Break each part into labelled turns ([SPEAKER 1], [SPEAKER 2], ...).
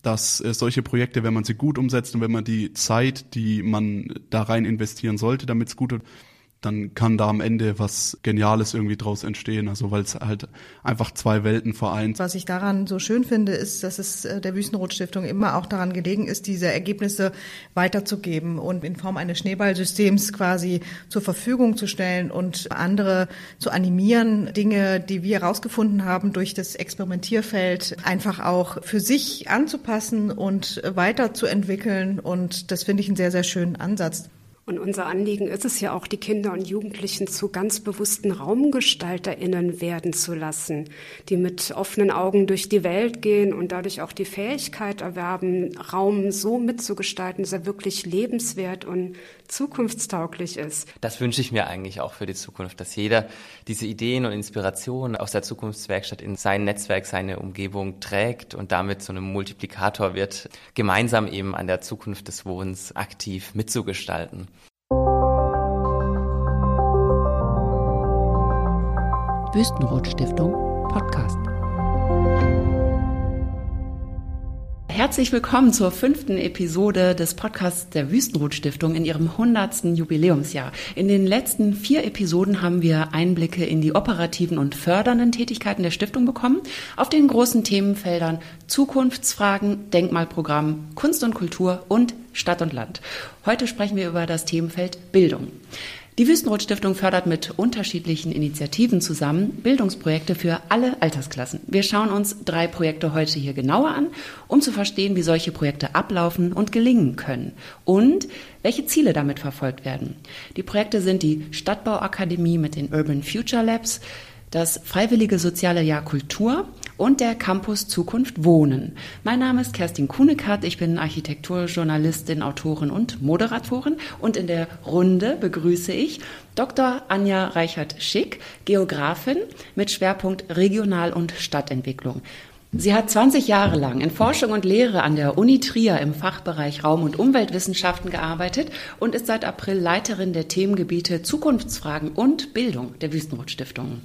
[SPEAKER 1] dass solche Projekte, wenn man sie gut umsetzt und wenn man die Zeit, die man da rein investieren sollte, damit es gut wird, dann kann da am Ende was Geniales irgendwie draus entstehen. Also weil es halt einfach zwei Welten vereint.
[SPEAKER 2] Was ich daran so schön finde, ist, dass es der Wüstenrot-Stiftung immer auch daran gelegen ist, diese Ergebnisse weiterzugeben und in Form eines Schneeballsystems quasi zur Verfügung zu stellen und andere zu animieren, Dinge, die wir herausgefunden haben, durch das Experimentierfeld einfach auch für sich anzupassen und weiterzuentwickeln. Und das finde ich einen sehr, sehr schönen Ansatz.
[SPEAKER 3] Und unser Anliegen ist es ja auch, die Kinder und Jugendlichen zu ganz bewussten RaumgestalterInnen werden zu lassen, die mit offenen Augen durch die Welt gehen und dadurch auch die Fähigkeit erwerben, Raum so mitzugestalten, dass er wirklich lebenswert und zukunftstauglich ist.
[SPEAKER 4] Das wünsche ich mir eigentlich auch für die Zukunft, dass jeder diese Ideen und Inspirationen aus der Zukunftswerkstatt in sein Netzwerk, seine Umgebung trägt und damit zu einem Multiplikator wird, gemeinsam eben an der Zukunft des Wohnens aktiv mitzugestalten.
[SPEAKER 5] Wüstenrot-Stiftung Podcast. Herzlich willkommen zur 5. Episode des Podcasts der Wüstenrot-Stiftung in ihrem 100. Jubiläumsjahr. In den letzten 4 Episoden haben wir Einblicke in die operativen und fördernden Tätigkeiten der Stiftung bekommen, auf den großen Themenfeldern Zukunftsfragen, Denkmalprogramm, Kunst und Kultur und Stadt und Land. Heute sprechen wir über das Themenfeld Bildung. Die Wüstenrot-Stiftung fördert mit unterschiedlichen Initiativen zusammen Bildungsprojekte für alle Altersklassen. Wir schauen uns 3 Projekte heute hier genauer an, um zu verstehen, wie solche Projekte ablaufen und gelingen können und welche Ziele damit verfolgt werden. Die Projekte sind die Stadtbauakademie mit den Urban Future Labs, das Freiwillige Soziale Jahr Kultur und der Campus Zukunft Wohnen. Mein Name ist Kerstin Kuhnekart, ich bin Architekturjournalistin, Autorin und Moderatorin und in der Runde begrüße ich Dr. Anja Reichert-Schick, Geografin mit Schwerpunkt Regional- und Stadtentwicklung. Sie hat 20 Jahre lang in Forschung und Lehre an der Uni Trier im Fachbereich Raum- und Umweltwissenschaften gearbeitet und ist seit April Leiterin der Themengebiete Zukunftsfragen und Bildung der Wüstenrot-Stiftung.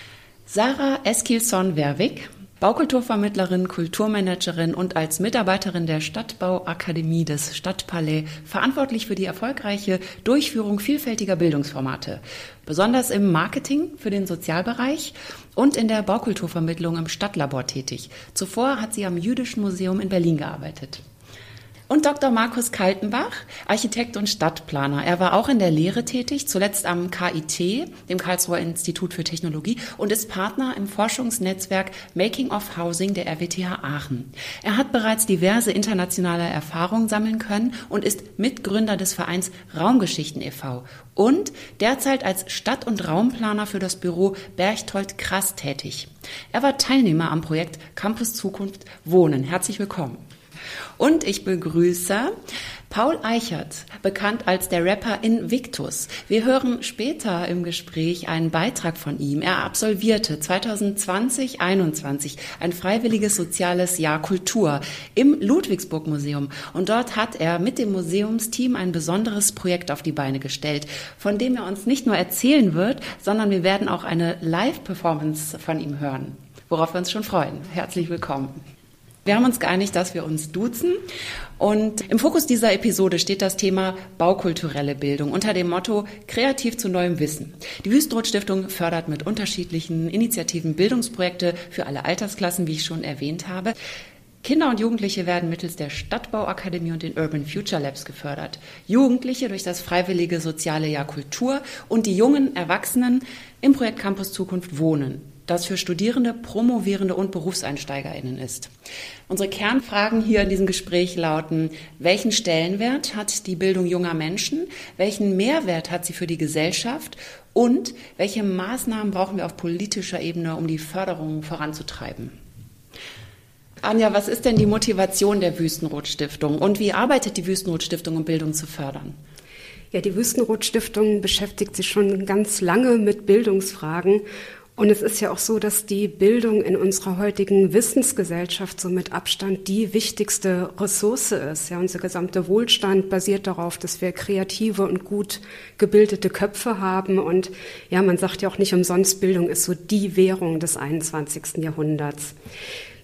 [SPEAKER 5] Sarah Eskilsson-Werwig, Baukulturvermittlerin, Kulturmanagerin und als Mitarbeiterin der Stadtbauakademie des Stadtpalais verantwortlich für die erfolgreiche Durchführung vielfältiger Bildungsformate, besonders im Marketing für den Sozialbereich und in der Baukulturvermittlung im Stadtlabor tätig. Zuvor hat sie am Jüdischen Museum in Berlin gearbeitet. Und Dr. Markus Kaltenbach, Architekt und Stadtplaner. Er war auch in der Lehre tätig, zuletzt am KIT, dem Karlsruher Institut für Technologie, und ist Partner im Forschungsnetzwerk Making of Housing der RWTH Aachen. Er hat bereits diverse internationale Erfahrungen sammeln können und ist Mitgründer des Vereins Raumgeschichten e.V. und derzeit als Stadt- und Raumplaner für das Büro Berchtold Krass tätig. Er war Teilnehmer am Projekt Campus Zukunft Wohnen. Herzlich willkommen. Und ich begrüße Paul Eichert, bekannt als der Rapper Invictus. Wir hören später im Gespräch einen Beitrag von ihm. Er absolvierte 2020/21 ein freiwilliges soziales Jahr Kultur im Ludwigsburg-Museum. Und dort hat er mit dem Museumsteam ein besonderes Projekt auf die Beine gestellt, von dem er uns nicht nur erzählen wird, sondern wir werden auch eine Live-Performance von ihm hören, worauf wir uns schon freuen. Herzlich willkommen. Wir haben uns geeinigt, dass wir uns duzen und im Fokus dieser Episode steht das Thema baukulturelle Bildung unter dem Motto Kreativ zu neuem Wissen. Die Wüstenrot-Stiftung fördert mit unterschiedlichen Initiativen Bildungsprojekte für alle Altersklassen, wie ich schon erwähnt habe. Kinder und Jugendliche werden mittels der Stadtbauakademie und den Urban Future Labs gefördert. Jugendliche durch das Freiwillige Soziale Jahr Kultur und die jungen Erwachsenen im Projekt Campus Zukunft Wohnen, das für Studierende, Promovierende und BerufseinsteigerInnen ist. Unsere Kernfragen hier in diesem Gespräch lauten: Welchen Stellenwert hat die Bildung junger Menschen? Welchen Mehrwert hat sie für die Gesellschaft? Und welche Maßnahmen brauchen wir auf politischer Ebene, um die Förderung voranzutreiben? Anja, was ist denn die Motivation der Wüstenrot-Stiftung und wie arbeitet die Wüstenrot-Stiftung, um Bildung zu fördern?
[SPEAKER 3] Ja, die Wüstenrot-Stiftung beschäftigt sich schon ganz lange mit Bildungsfragen. Und es ist ja auch so, dass die Bildung in unserer heutigen Wissensgesellschaft so mit Abstand die wichtigste Ressource ist. Ja, unser gesamter Wohlstand basiert darauf, dass wir kreative und gut gebildete Köpfe haben. Und ja, man sagt ja auch nicht umsonst, Bildung ist so die Währung des 21. Jahrhunderts.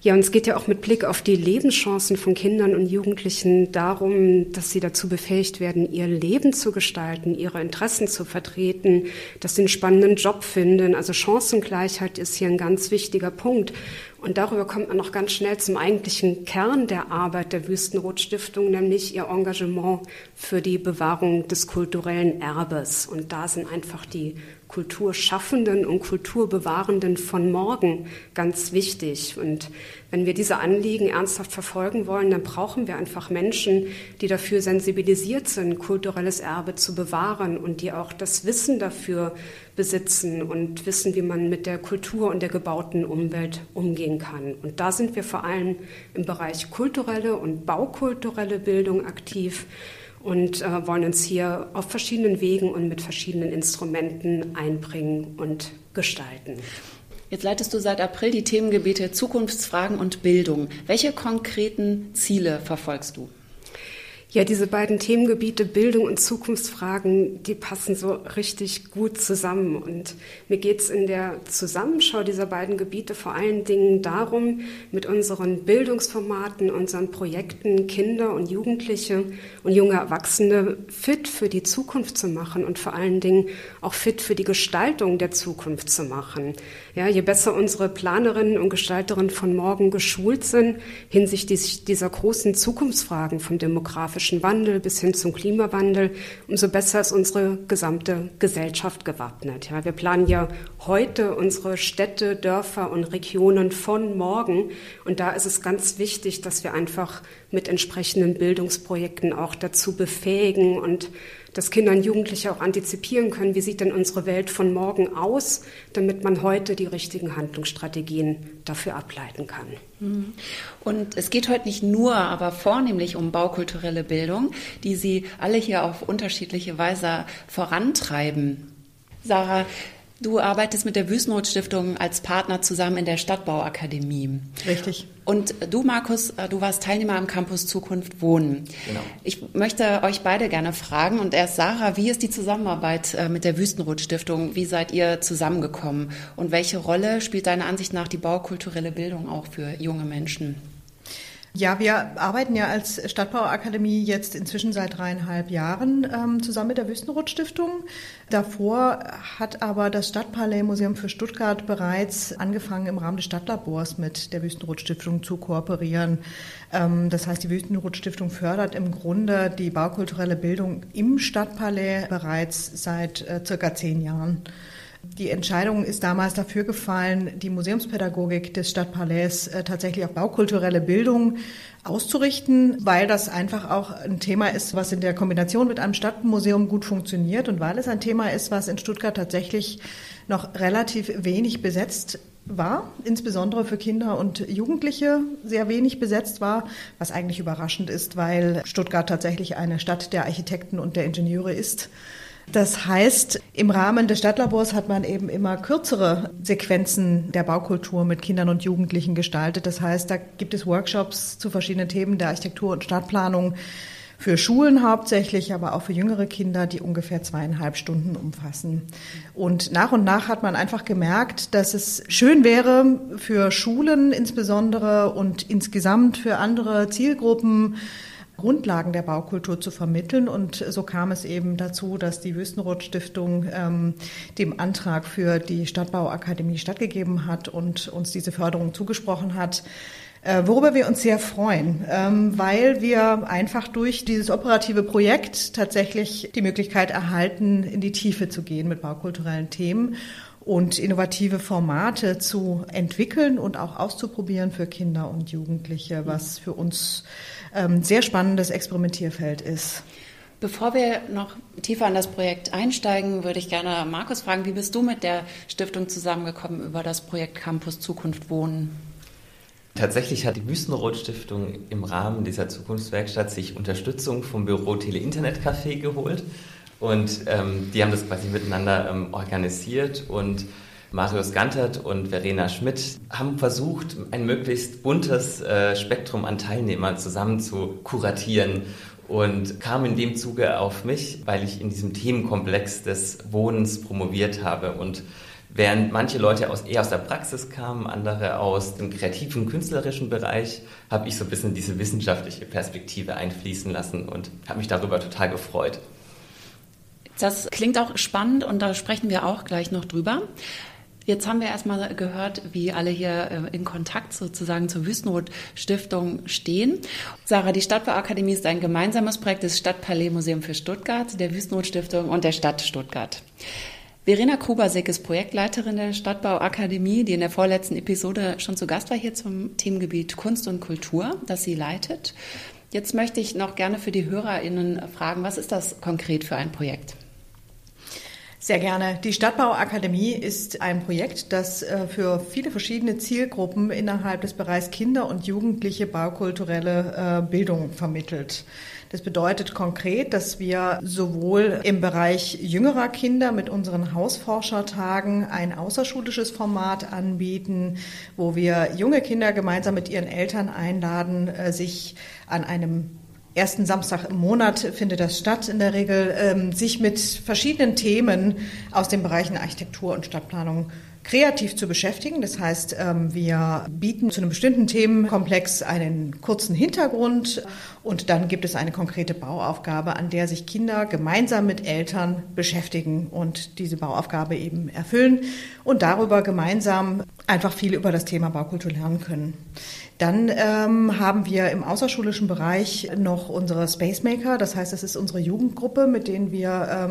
[SPEAKER 3] Ja, und es geht ja auch mit Blick auf die Lebenschancen von Kindern und Jugendlichen darum, dass sie dazu befähigt werden, ihr Leben zu gestalten, ihre Interessen zu vertreten, dass sie einen spannenden Job finden. Also Chancengleichheit ist hier ein ganz wichtiger Punkt. Und darüber kommt man noch ganz schnell zum eigentlichen Kern der Arbeit der Wüstenrot-Stiftung, nämlich ihr Engagement für die Bewahrung des kulturellen Erbes. Und da sind einfach die Kulturschaffenden und Kulturbewahrenden von morgen ganz wichtig. Und wenn wir diese Anliegen ernsthaft verfolgen wollen, dann brauchen wir einfach Menschen, die dafür sensibilisiert sind, kulturelles Erbe zu bewahren und die auch das Wissen dafür besitzen und wissen, wie man mit der Kultur und der gebauten Umwelt umgehen kann. Und da sind wir vor allem im Bereich kulturelle und baukulturelle Bildung aktiv und wollen uns hier auf verschiedenen Wegen und mit verschiedenen Instrumenten einbringen und gestalten.
[SPEAKER 5] Jetzt leitest du seit April die Themengebiete Zukunftsfragen und Bildung. Welche konkreten Ziele verfolgst du?
[SPEAKER 3] Ja, diese beiden Themengebiete Bildung und Zukunftsfragen, die passen so richtig gut zusammen. Und mir geht es in der Zusammenschau dieser beiden Gebiete vor allen Dingen darum, mit unseren Bildungsformaten, unseren Projekten Kinder und Jugendliche und junge Erwachsene fit für die Zukunft zu machen und vor allen Dingen auch fit für die Gestaltung der Zukunft zu machen. Ja, je besser unsere Planerinnen und Gestalterinnen von morgen geschult sind hinsichtlich dieser großen Zukunftsfragen vom demografischen Wandel bis hin zum Klimawandel, umso besser ist unsere gesamte Gesellschaft gewappnet. Ja, wir planen ja heute unsere Städte, Dörfer und Regionen von morgen. Und da ist es ganz wichtig, dass wir einfach mit entsprechenden Bildungsprojekten auch dazu befähigen und dass Kinder und Jugendliche auch antizipieren können, wie sieht denn unsere Welt von morgen aus, damit man heute die richtigen Handlungsstrategien dafür ableiten kann.
[SPEAKER 5] Und es geht heute nicht nur, aber vornehmlich um baukulturelle Bildung, die Sie alle hier auf unterschiedliche Weise vorantreiben. Sarah, du arbeitest mit der Wüstenrot-Stiftung als Partner zusammen in der Stadtbauakademie.
[SPEAKER 2] Richtig.
[SPEAKER 5] Und du, Markus, du warst Teilnehmer am Campus Zukunft Wohnen.
[SPEAKER 4] Genau.
[SPEAKER 5] Ich möchte euch beide gerne fragen und erst Sarah, wie ist die Zusammenarbeit mit der Wüstenrot-Stiftung? Wie seid ihr zusammengekommen? Und welche Rolle spielt deiner Ansicht nach die baukulturelle Bildung auch für junge Menschen?
[SPEAKER 2] Ja, wir arbeiten ja als Stadtbauakademie jetzt inzwischen seit 3,5 Jahren zusammen mit der Wüstenrot-Stiftung. Davor hat aber das Stadtpalais-Museum für Stuttgart bereits angefangen, im Rahmen des Stadtlabors mit der Wüstenrot-Stiftung zu kooperieren. Das heißt, die Wüstenrot-Stiftung fördert im Grunde die baukulturelle Bildung im Stadtpalais bereits seit circa 10 Jahren. Die Entscheidung ist damals dafür gefallen, die Museumspädagogik des Stadtpalais tatsächlich auf baukulturelle Bildung auszurichten, weil das einfach auch ein Thema ist, was in der Kombination mit einem Stadtmuseum gut funktioniert und weil es ein Thema ist, was in Stuttgart tatsächlich noch relativ wenig besetzt war, insbesondere für Kinder und Jugendliche sehr wenig besetzt war, was eigentlich überraschend ist, weil Stuttgart tatsächlich eine Stadt der Architekten und der Ingenieure ist. Das heißt, im Rahmen des Stadtlabors hat man eben immer kürzere Sequenzen der Baukultur mit Kindern und Jugendlichen gestaltet. Das heißt, da gibt es Workshops zu verschiedenen Themen der Architektur und Stadtplanung für Schulen hauptsächlich, aber auch für jüngere Kinder, die ungefähr 2,5 Stunden umfassen. Und nach hat man einfach gemerkt, dass es schön wäre für Schulen insbesondere und insgesamt für andere Zielgruppen, Grundlagen der Baukultur zu vermitteln. Und so kam es eben dazu, dass die Wüstenrot-Stiftung dem Antrag für die Stadtbauakademie stattgegeben hat und uns diese Förderung zugesprochen hat, worüber wir uns sehr freuen, weil wir einfach durch dieses operative Projekt tatsächlich die Möglichkeit erhalten, in die Tiefe zu gehen mit baukulturellen Themen und innovative Formate zu entwickeln und auch auszuprobieren für Kinder und Jugendliche, was für uns sehr spannendes Experimentierfeld ist.
[SPEAKER 5] Bevor wir noch tiefer in das Projekt einsteigen, würde ich gerne Markus fragen, wie bist du mit der Stiftung zusammengekommen über das Projekt Campus Zukunft Wohnen?
[SPEAKER 4] Tatsächlich hat die Wüstenrot-Stiftung im Rahmen dieser Zukunftswerkstatt sich Unterstützung vom Büro Tele-Internet-Café geholt und die haben das quasi miteinander organisiert und Marius Gantert und Verena Schmidt haben versucht, ein möglichst buntes Spektrum an Teilnehmern zusammen zu kuratieren und kamen in dem Zuge auf mich, weil ich in diesem Themenkomplex des Wohnens promoviert habe. Und Während manche Leute eher aus der Praxis kamen, andere aus dem kreativen, künstlerischen Bereich, habe ich so ein bisschen diese wissenschaftliche Perspektive einfließen lassen und habe mich darüber total gefreut.
[SPEAKER 5] Das klingt auch spannend und da sprechen wir auch gleich noch drüber. Jetzt haben wir erstmal gehört, wie alle hier in Kontakt sozusagen zur Wüstenrot-Stiftung stehen. Sarah, die Stadtbauakademie ist ein gemeinsames Projekt des Stadtpalais-Museum für Stuttgart, der Wüstenrot-Stiftung und der Stadt Stuttgart. Verena Kubasek ist Projektleiterin der Stadtbauakademie, die in der vorletzten Episode schon zu Gast war hier zum Themengebiet Kunst und Kultur, das sie leitet. Jetzt möchte ich noch gerne für die HörerInnen fragen, was ist das konkret für ein Projekt?
[SPEAKER 2] Sehr gerne. Die Stadtbauakademie ist ein Projekt, das für viele verschiedene Zielgruppen innerhalb des Bereichs Kinder und Jugendliche baukulturelle Bildung vermittelt. Das bedeutet konkret, dass wir sowohl im Bereich jüngerer Kinder mit unseren Hausforschertagen ein außerschulisches Format anbieten, wo wir junge Kinder gemeinsam mit ihren Eltern einladen, sich an einem ersten Samstag im Monat findet das statt in der Regel, sich mit verschiedenen Themen aus den Bereichen Architektur und Stadtplanung kreativ zu beschäftigen. Das heißt, wir bieten zu einem bestimmten Themenkomplex einen kurzen Hintergrund und dann gibt es eine konkrete Bauaufgabe, an der sich Kinder gemeinsam mit Eltern beschäftigen und diese Bauaufgabe eben erfüllen und darüber gemeinsam einfach viel über das Thema Baukultur lernen können. Dann haben wir im außerschulischen Bereich noch unsere Space Maker, das heißt, das ist unsere Jugendgruppe, mit denen wir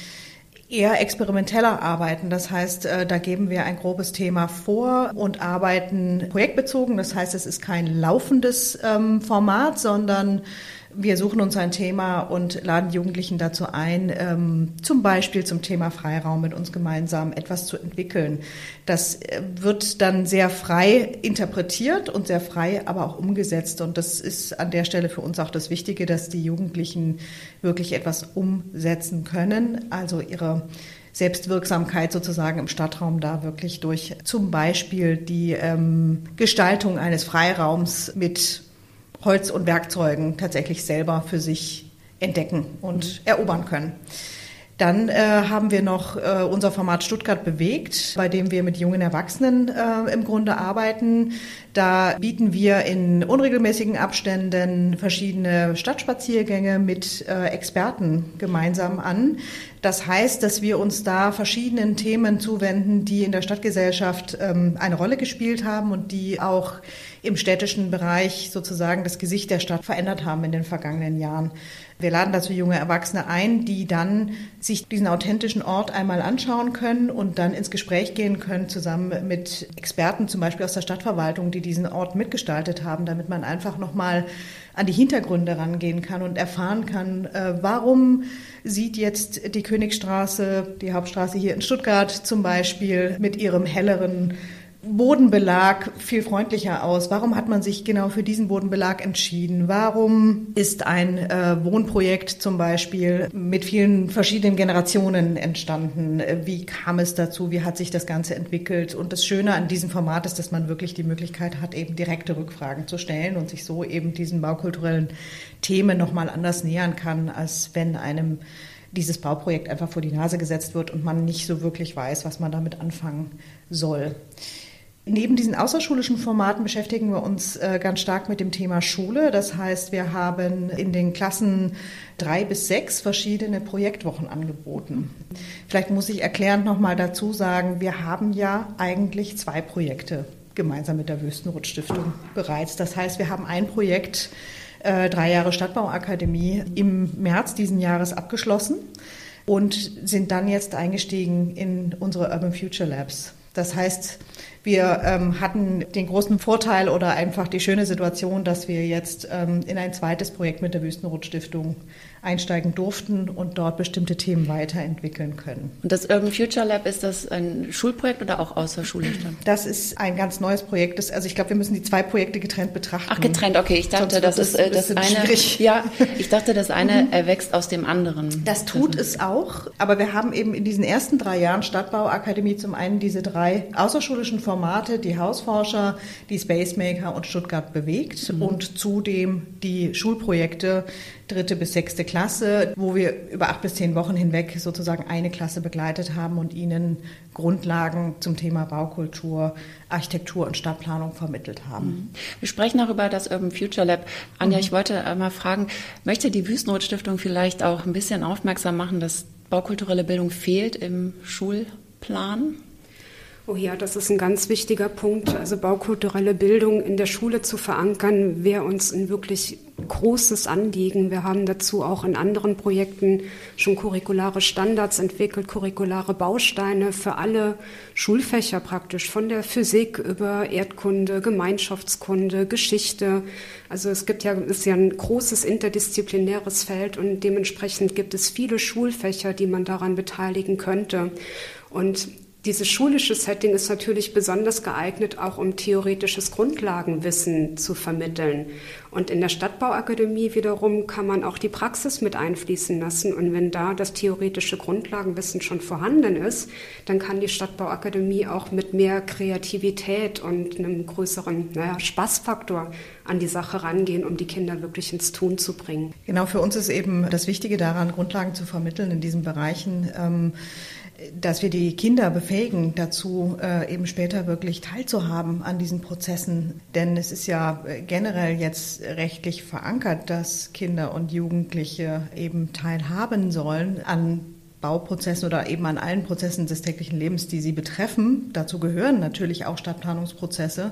[SPEAKER 2] eher experimenteller arbeiten. Das heißt, da geben wir ein grobes Thema vor und arbeiten projektbezogen. Das heißt, es ist kein laufendes Format, sondern wir suchen uns ein Thema und laden Jugendlichen dazu ein, zum Beispiel zum Thema Freiraum mit uns gemeinsam etwas zu entwickeln. Das wird dann sehr frei interpretiert und sehr frei aber auch umgesetzt. Und das ist an der Stelle für uns auch das Wichtige, dass die Jugendlichen wirklich etwas umsetzen können, also ihre Selbstwirksamkeit sozusagen im Stadtraum da wirklich durch zum Beispiel die Gestaltung eines Freiraums mit Holz und Werkzeugen tatsächlich selber für sich entdecken und erobern können. Dann haben wir noch unser Format Stuttgart bewegt, bei dem wir mit jungen Erwachsenen im Grunde arbeiten. Da bieten wir in unregelmäßigen Abständen verschiedene Stadtspaziergänge mit Experten gemeinsam an. Das heißt, dass wir uns da verschiedenen Themen zuwenden, die in der Stadtgesellschaft eine Rolle gespielt haben und die auch im städtischen Bereich sozusagen das Gesicht der Stadt verändert haben in den vergangenen Jahren. Wir laden dazu junge Erwachsene ein, die dann sich diesen authentischen Ort einmal anschauen können und dann ins Gespräch gehen können, zusammen mit Experten, zum Beispiel aus der Stadtverwaltung, die diesen Ort mitgestaltet haben, damit man einfach nochmal an die Hintergründe rangehen kann und erfahren kann, warum sieht jetzt die Königstraße, die Hauptstraße hier in Stuttgart zum Beispiel, mit ihrem helleren Bodenbelag viel freundlicher aus? Warum hat man sich genau für diesen Bodenbelag entschieden? Warum ist ein Wohnprojekt zum Beispiel mit vielen verschiedenen Generationen entstanden? Wie kam es dazu? Wie hat sich das Ganze entwickelt? Und das Schöne an diesem Format ist, dass man wirklich die Möglichkeit hat, eben direkte Rückfragen zu stellen und sich so eben diesen baukulturellen Themen nochmal anders nähern kann, als wenn einem dieses Bauprojekt einfach vor die Nase gesetzt wird und man nicht so wirklich weiß, was man damit anfangen soll. Neben diesen außerschulischen Formaten beschäftigen wir uns ganz stark mit dem Thema Schule. Das heißt, wir haben in den Klassen 3 bis 6 verschiedene Projektwochen angeboten. Vielleicht muss ich erklärend nochmal dazu sagen, wir haben ja eigentlich 2 Projekte gemeinsam mit der Wüstenrot-Stiftung bereits. Das heißt, wir haben ein Projekt, 3 Jahre Stadtbauakademie, im März diesen Jahres abgeschlossen und sind dann jetzt eingestiegen in unsere Urban Future Labs. Das heißt, wir hatten den großen Vorteil oder einfach die schöne Situation, dass wir jetzt in ein zweites Projekt mit der Wüstenrot-Stiftung einsteigen durften und dort bestimmte Themen weiterentwickeln können.
[SPEAKER 5] Und das Urban Future Lab, ist das ein Schulprojekt oder auch außerschulisch?
[SPEAKER 2] Das ist ein ganz neues Projekt. Also ich glaube, wir müssen die 2 Projekte getrennt betrachten.
[SPEAKER 5] Ach, getrennt, okay. Ich dachte, das ist das eine. Schwierig. Ja, ich dachte, das eine erwächst aus dem anderen.
[SPEAKER 2] Das tut es auch. Aber wir haben eben in diesen ersten 3 Jahren Stadtbauakademie zum einen diese 3 außerschulischen Formate Formate, die Hausforscher, die Spacemaker und Stuttgart bewegt und zudem die Schulprojekte 3. bis 6. Klasse, wo wir über 8 bis 10 Wochen hinweg sozusagen eine Klasse begleitet haben und ihnen Grundlagen zum Thema Baukultur, Architektur und Stadtplanung vermittelt haben.
[SPEAKER 5] Wir sprechen auch über das Urban Future Lab. Anja, ich wollte mal fragen, möchte die Wüstenrot-Stiftung vielleicht auch ein bisschen aufmerksam machen, dass baukulturelle Bildung fehlt im Schulplan?
[SPEAKER 3] Oh ja, das ist ein ganz wichtiger Punkt. Also baukulturelle Bildung in der Schule zu verankern, wäre uns ein wirklich großes Anliegen. Wir haben dazu auch in anderen Projekten schon curriculare Standards entwickelt, curriculare Bausteine für alle Schulfächer praktisch, von der Physik über Erdkunde, Gemeinschaftskunde, Geschichte. Also es ist ja ein großes interdisziplinäres Feld und dementsprechend gibt es viele Schulfächer, die man daran beteiligen könnte. Und dieses schulische Setting ist natürlich besonders geeignet, auch um theoretisches Grundlagenwissen zu vermitteln. Und in der Stadtbauakademie wiederum kann man auch die Praxis mit einfließen lassen. Und wenn da das theoretische Grundlagenwissen schon vorhanden ist, dann kann die Stadtbauakademie auch mit mehr Kreativität und einem größeren Spaßfaktor an die Sache rangehen, um die Kinder wirklich ins Tun zu bringen.
[SPEAKER 2] Genau, für uns ist eben das Wichtige daran, Grundlagen zu vermitteln in diesen Bereichen, dass wir die Kinder befähigen dazu, eben später wirklich teilzuhaben an diesen Prozessen. Denn es ist ja generell jetzt rechtlich verankert, dass Kinder und Jugendliche eben teilhaben sollen an Bauprozessen oder eben an allen Prozessen des täglichen Lebens, die sie betreffen. Dazu gehören natürlich auch Stadtplanungsprozesse.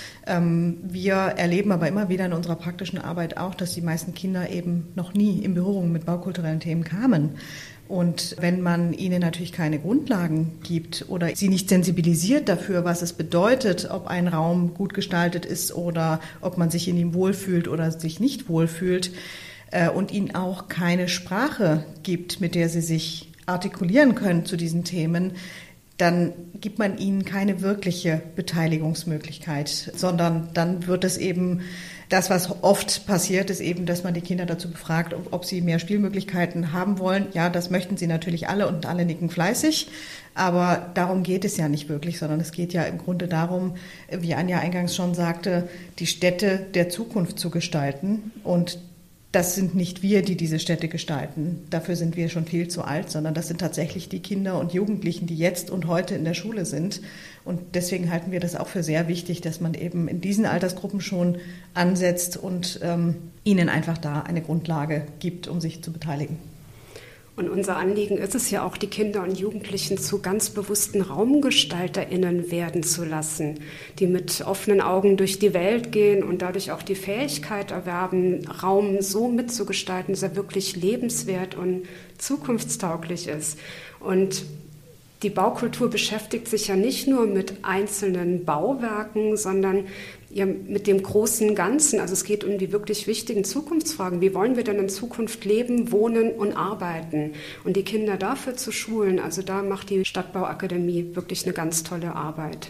[SPEAKER 2] Wir erleben aber immer wieder in unserer praktischen Arbeit auch, dass die meisten Kinder eben noch nie in Berührung mit baukulturellen Themen kamen. Und wenn man ihnen natürlich keine Grundlagen gibt oder sie nicht sensibilisiert dafür, was es bedeutet, ob ein Raum gut gestaltet ist oder ob man sich in ihm wohlfühlt oder sich nicht wohlfühlt, und ihnen auch keine Sprache gibt, mit der sie sich artikulieren können zu diesen Themen, dann gibt man ihnen keine wirkliche Beteiligungsmöglichkeit, sondern dann wird es eben, das, was oft passiert, ist eben, dass man die Kinder dazu befragt, ob sie mehr Spielmöglichkeiten haben wollen. Ja, das möchten sie natürlich alle und alle nicken fleißig, aber darum geht es ja nicht wirklich, sondern es geht ja im Grunde darum, wie Anja eingangs schon sagte, die Städte der Zukunft zu gestalten, und das sind nicht wir, die diese Städte gestalten. Dafür sind wir schon viel zu alt, sondern das sind tatsächlich die Kinder und Jugendlichen, die jetzt und heute in der Schule sind. Und deswegen halten wir das auch für sehr wichtig, dass man eben in diesen Altersgruppen schon ansetzt und ihnen einfach da eine Grundlage gibt, um sich zu beteiligen.
[SPEAKER 3] Und unser Anliegen ist es ja auch, die Kinder und Jugendlichen zu ganz bewussten RaumgestalterInnen werden zu lassen, die mit offenen Augen durch die Welt gehen und dadurch auch die Fähigkeit erwerben, Raum so mitzugestalten, dass er wirklich lebenswert und zukunftstauglich ist. Und die Baukultur beschäftigt sich ja nicht nur mit einzelnen Bauwerken, sondern ja mit dem großen Ganzen. Also es geht um die wirklich wichtigen Zukunftsfragen. Wie wollen wir denn in Zukunft leben, wohnen und arbeiten? Und die Kinder dafür zu schulen, also da macht die Stadtbauakademie wirklich eine ganz tolle Arbeit.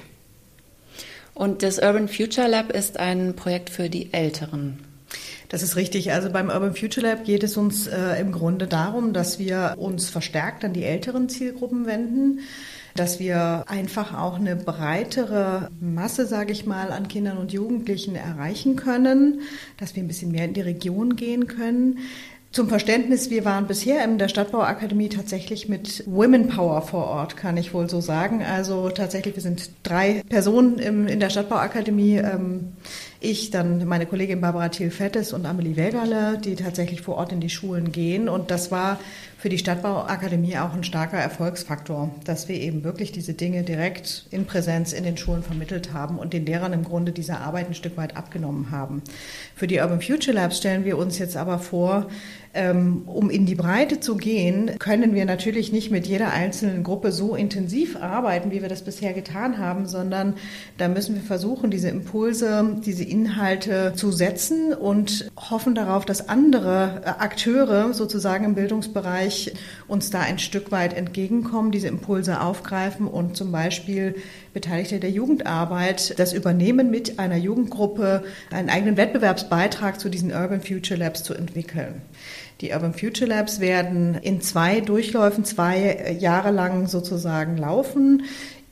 [SPEAKER 5] Und das Urban Future Lab ist ein Projekt für die Älteren.
[SPEAKER 2] Das ist richtig. Also beim Urban Future Lab geht es uns im Grunde darum, dass wir uns verstärkt an die älteren Zielgruppen wenden, dass wir einfach auch eine breitere Masse, sage ich mal, an Kindern und Jugendlichen erreichen können, dass wir ein bisschen mehr in die Region gehen können. Zum Verständnis, wir waren bisher in der Stadtbauakademie tatsächlich mit Women Power vor Ort, kann ich wohl so sagen. Also tatsächlich, wir sind 3 Personen in der Stadtbauakademie. Ich, dann meine Kollegin Barbara Thiel-Fettes und Amelie Wägerle, die tatsächlich vor Ort in die Schulen gehen. Und das war für die Stadtbauakademie auch ein starker Erfolgsfaktor, dass wir eben wirklich diese Dinge direkt in Präsenz in den Schulen vermittelt haben und den Lehrern im Grunde diese Arbeit ein Stück weit abgenommen haben. Für die Urban Future Labs stellen wir uns jetzt aber vor, um in die Breite zu gehen, können wir natürlich nicht mit jeder einzelnen Gruppe so intensiv arbeiten, wie wir das bisher getan haben, sondern da müssen wir versuchen, diese Impulse, diese Inhalte zu setzen und hoffen darauf, dass andere Akteure sozusagen im Bildungsbereich uns da ein Stück weit entgegenkommen, diese Impulse aufgreifen und zum Beispiel Beteiligte der Jugendarbeit das übernehmen, mit einer Jugendgruppe einen eigenen Wettbewerbsbeitrag zu diesen Urban Future Labs zu entwickeln. Die Urban Future Labs werden in 2 Durchläufen 2 Jahre lang sozusagen laufen.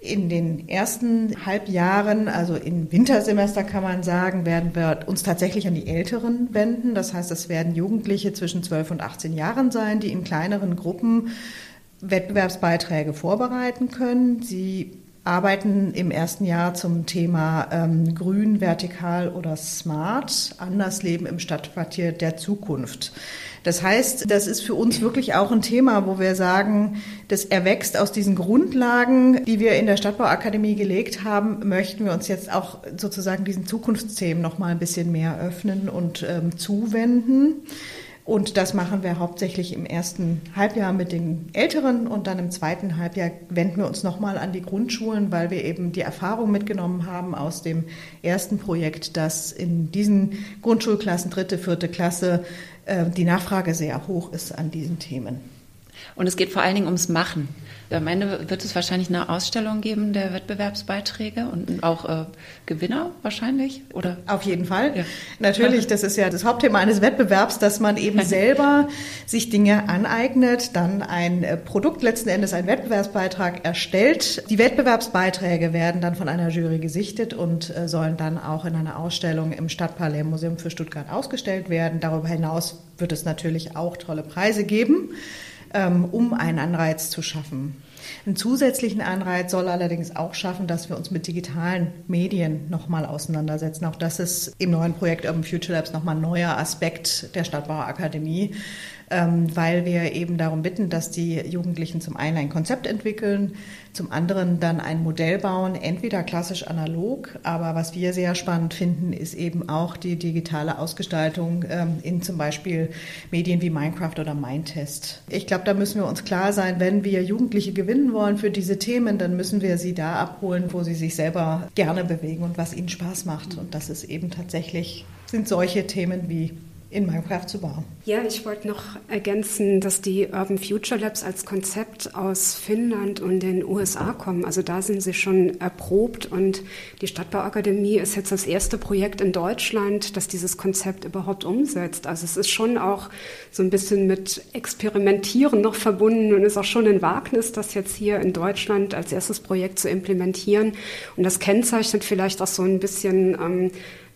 [SPEAKER 2] In den ersten Halbjahren, also im Wintersemester kann man sagen, werden wir uns tatsächlich an die Älteren wenden. Das heißt, es werden Jugendliche zwischen 12 und 18 Jahren sein, die in kleineren Gruppen Wettbewerbsbeiträge vorbereiten können. Sie arbeiten im ersten Jahr zum Thema Grün, Vertikal oder Smart, anders leben im Stadtquartier der Zukunft. Das heißt, das ist für uns wirklich auch ein Thema, wo wir sagen, das erwächst aus diesen Grundlagen, die wir in der Stadtbauakademie gelegt haben, möchten wir uns jetzt auch sozusagen diesen Zukunftsthemen noch mal ein bisschen mehr öffnen und zuwenden. Und das machen wir hauptsächlich im ersten Halbjahr mit den Älteren und dann im zweiten Halbjahr wenden wir uns nochmal an die Grundschulen, weil wir eben die Erfahrung mitgenommen haben aus dem ersten Projekt, dass in diesen Grundschulklassen, 3., 4. Klasse, die Nachfrage sehr hoch ist an diesen Themen.
[SPEAKER 5] Und es geht vor allen Dingen ums Machen. Am Ende wird es wahrscheinlich eine Ausstellung geben der Wettbewerbsbeiträge und auch Gewinner wahrscheinlich, oder?
[SPEAKER 2] Auf jeden Fall. Ja. Natürlich, das ist ja das Hauptthema eines Wettbewerbs, dass man eben selber sich Dinge aneignet, dann ein Produkt, letzten Endes einen Wettbewerbsbeitrag erstellt. Die Wettbewerbsbeiträge werden dann von einer Jury gesichtet und sollen dann auch in einer Ausstellung im Stadtparlament-Museum für Stuttgart ausgestellt werden. Darüber hinaus wird es natürlich auch tolle Preise geben, um einen Anreiz zu schaffen. Einen zusätzlichen Anreiz soll allerdings auch schaffen, dass wir uns mit digitalen Medien nochmal auseinandersetzen. Auch das ist im neuen Projekt Urban Future Labs nochmal ein neuer Aspekt der Stadtbauakademie, weil wir eben darum bitten, dass die Jugendlichen zum einen ein Konzept entwickeln, zum anderen dann ein Modell bauen, entweder klassisch analog, aber was wir sehr spannend finden, ist eben auch die digitale Ausgestaltung in zum Beispiel Medien wie Minecraft oder Mindtest. Ich glaube, da müssen wir uns klar sein, wenn wir Jugendliche gewinnen wollen für diese Themen, dann müssen wir sie da abholen, wo sie sich selber gerne bewegen und was ihnen Spaß macht. Und das ist eben tatsächlich, sind solche Themen wie in Minecraft zu bauen.
[SPEAKER 3] Ja, ich wollte noch ergänzen, dass die Urban Future Labs als Konzept aus Finnland und den USA kommen. Also da sind sie schon erprobt und die Stadtbauakademie ist jetzt das erste Projekt in Deutschland, das dieses Konzept überhaupt umsetzt. Also es ist schon auch so ein bisschen mit Experimentieren noch verbunden und ist auch schon ein Wagnis, das jetzt hier in Deutschland als erstes Projekt zu implementieren. Und das kennzeichnet vielleicht auch so ein bisschen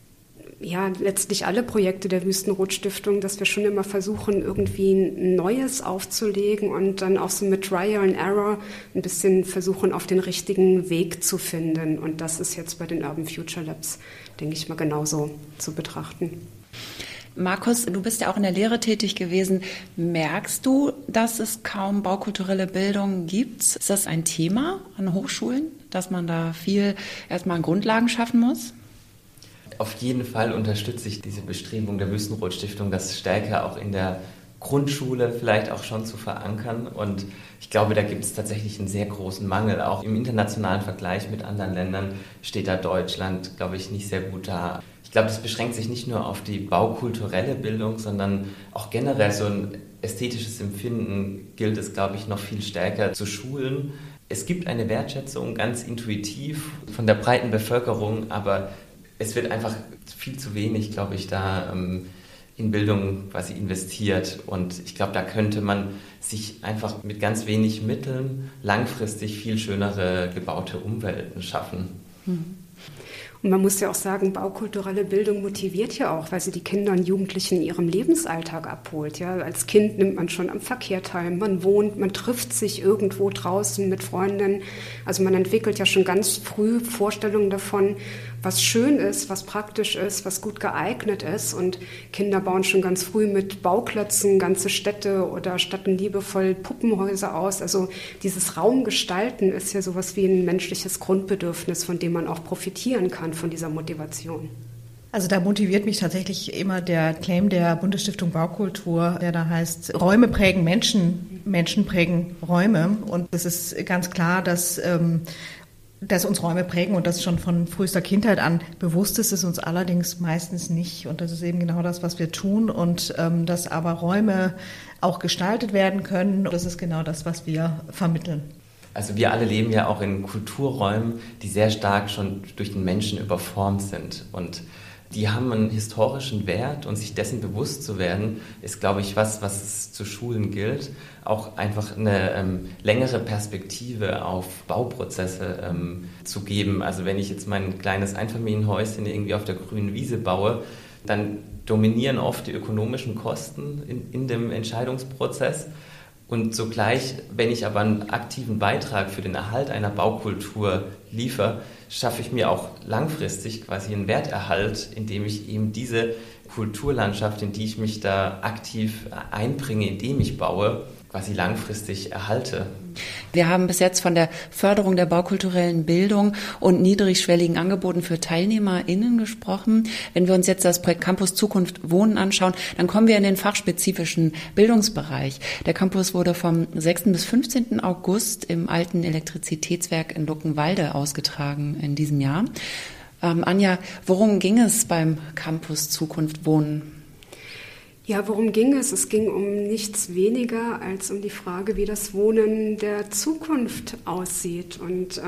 [SPEAKER 3] letztlich alle Projekte der Wüstenrot-Stiftung, dass wir schon immer versuchen, irgendwie ein Neues aufzulegen und dann auch so mit Trial and Error ein bisschen versuchen, auf den richtigen Weg zu finden. Und das ist jetzt bei den Urban Future Labs, denke ich mal, genauso zu betrachten.
[SPEAKER 5] Markus, du bist ja auch in der Lehre tätig gewesen. Merkst du, dass es kaum baukulturelle Bildung gibt? Ist das ein Thema an Hochschulen, dass man da viel erstmal an Grundlagen schaffen muss?
[SPEAKER 4] Auf jeden Fall unterstütze ich diese Bestrebung der Wüstenrot-Stiftung, das stärker auch in der Grundschule vielleicht auch schon zu verankern. Und ich glaube, da gibt es tatsächlich einen sehr großen Mangel. Auch im internationalen Vergleich mit anderen Ländern steht da Deutschland, glaube ich, nicht sehr gut da. Ich glaube, das beschränkt sich nicht nur auf die baukulturelle Bildung, sondern auch generell so ein ästhetisches Empfinden gilt es, glaube ich, noch viel stärker zu schulen. Es gibt eine Wertschätzung ganz intuitiv von der breiten Bevölkerung, aber es wird einfach viel zu wenig, glaube ich, da in Bildung quasi investiert. Und ich glaube, da könnte man sich einfach mit ganz wenig Mitteln langfristig viel schönere gebaute Umwelten schaffen.
[SPEAKER 3] Und man muss ja auch sagen, baukulturelle Bildung motiviert ja auch, weil sie die Kinder und Jugendlichen in ihrem Lebensalltag abholt. Ja, als Kind nimmt man schon am Verkehr teil, man wohnt, man trifft sich irgendwo draußen mit Freunden. Also man entwickelt ja schon ganz früh Vorstellungen davon, was schön ist, was praktisch ist, was gut geeignet ist. Und Kinder bauen schon ganz früh mit Bauklötzen ganze Städte oder statten liebevoll Puppenhäuser aus. Also dieses Raumgestalten ist ja sowas wie ein menschliches Grundbedürfnis, von dem man auch profitieren kann, von dieser Motivation.
[SPEAKER 2] Also da motiviert mich tatsächlich immer der Claim der Bundesstiftung Baukultur, der da heißt, Räume prägen Menschen, Menschen prägen Räume. Und es ist ganz klar, dass uns Räume prägen und das schon von frühester Kindheit an bewusst ist, es uns allerdings meistens nicht. Und das ist eben genau das, was wir tun und dass aber Räume auch gestaltet werden können. Das ist genau das, was wir vermitteln.
[SPEAKER 4] Also wir alle leben ja auch in Kulturräumen, die sehr stark schon durch den Menschen überformt sind. Und die haben einen historischen Wert und sich dessen bewusst zu werden, ist, glaube ich, was es zu schulen gilt. Auch einfach eine längere Perspektive auf Bauprozesse zu geben. Also wenn ich jetzt mein kleines Einfamilienhäuschen irgendwie auf der grünen Wiese baue, dann dominieren oft die ökonomischen Kosten in dem Entscheidungsprozess. Und zugleich, wenn ich aber einen aktiven Beitrag für den Erhalt einer Baukultur liefere, schaffe ich mir auch langfristig quasi einen Werterhalt, indem ich eben diese Kulturlandschaft, in die ich mich da aktiv einbringe, indem ich baue, quasi langfristig erhalte.
[SPEAKER 5] Wir haben bis jetzt von der Förderung der baukulturellen Bildung und niedrigschwelligen Angeboten für TeilnehmerInnen gesprochen. Wenn wir uns jetzt das Projekt Campus Zukunft Wohnen anschauen, dann kommen wir in den fachspezifischen Bildungsbereich. Der Campus wurde vom 6. bis 15. August im alten Elektrizitätswerk in Luckenwalde ausgetragen in diesem Jahr. Anja, worum ging es beim Campus Zukunft Wohnen?
[SPEAKER 3] Ja, worum ging es? Es ging um nichts weniger als um die Frage, wie das Wohnen der Zukunft aussieht. Und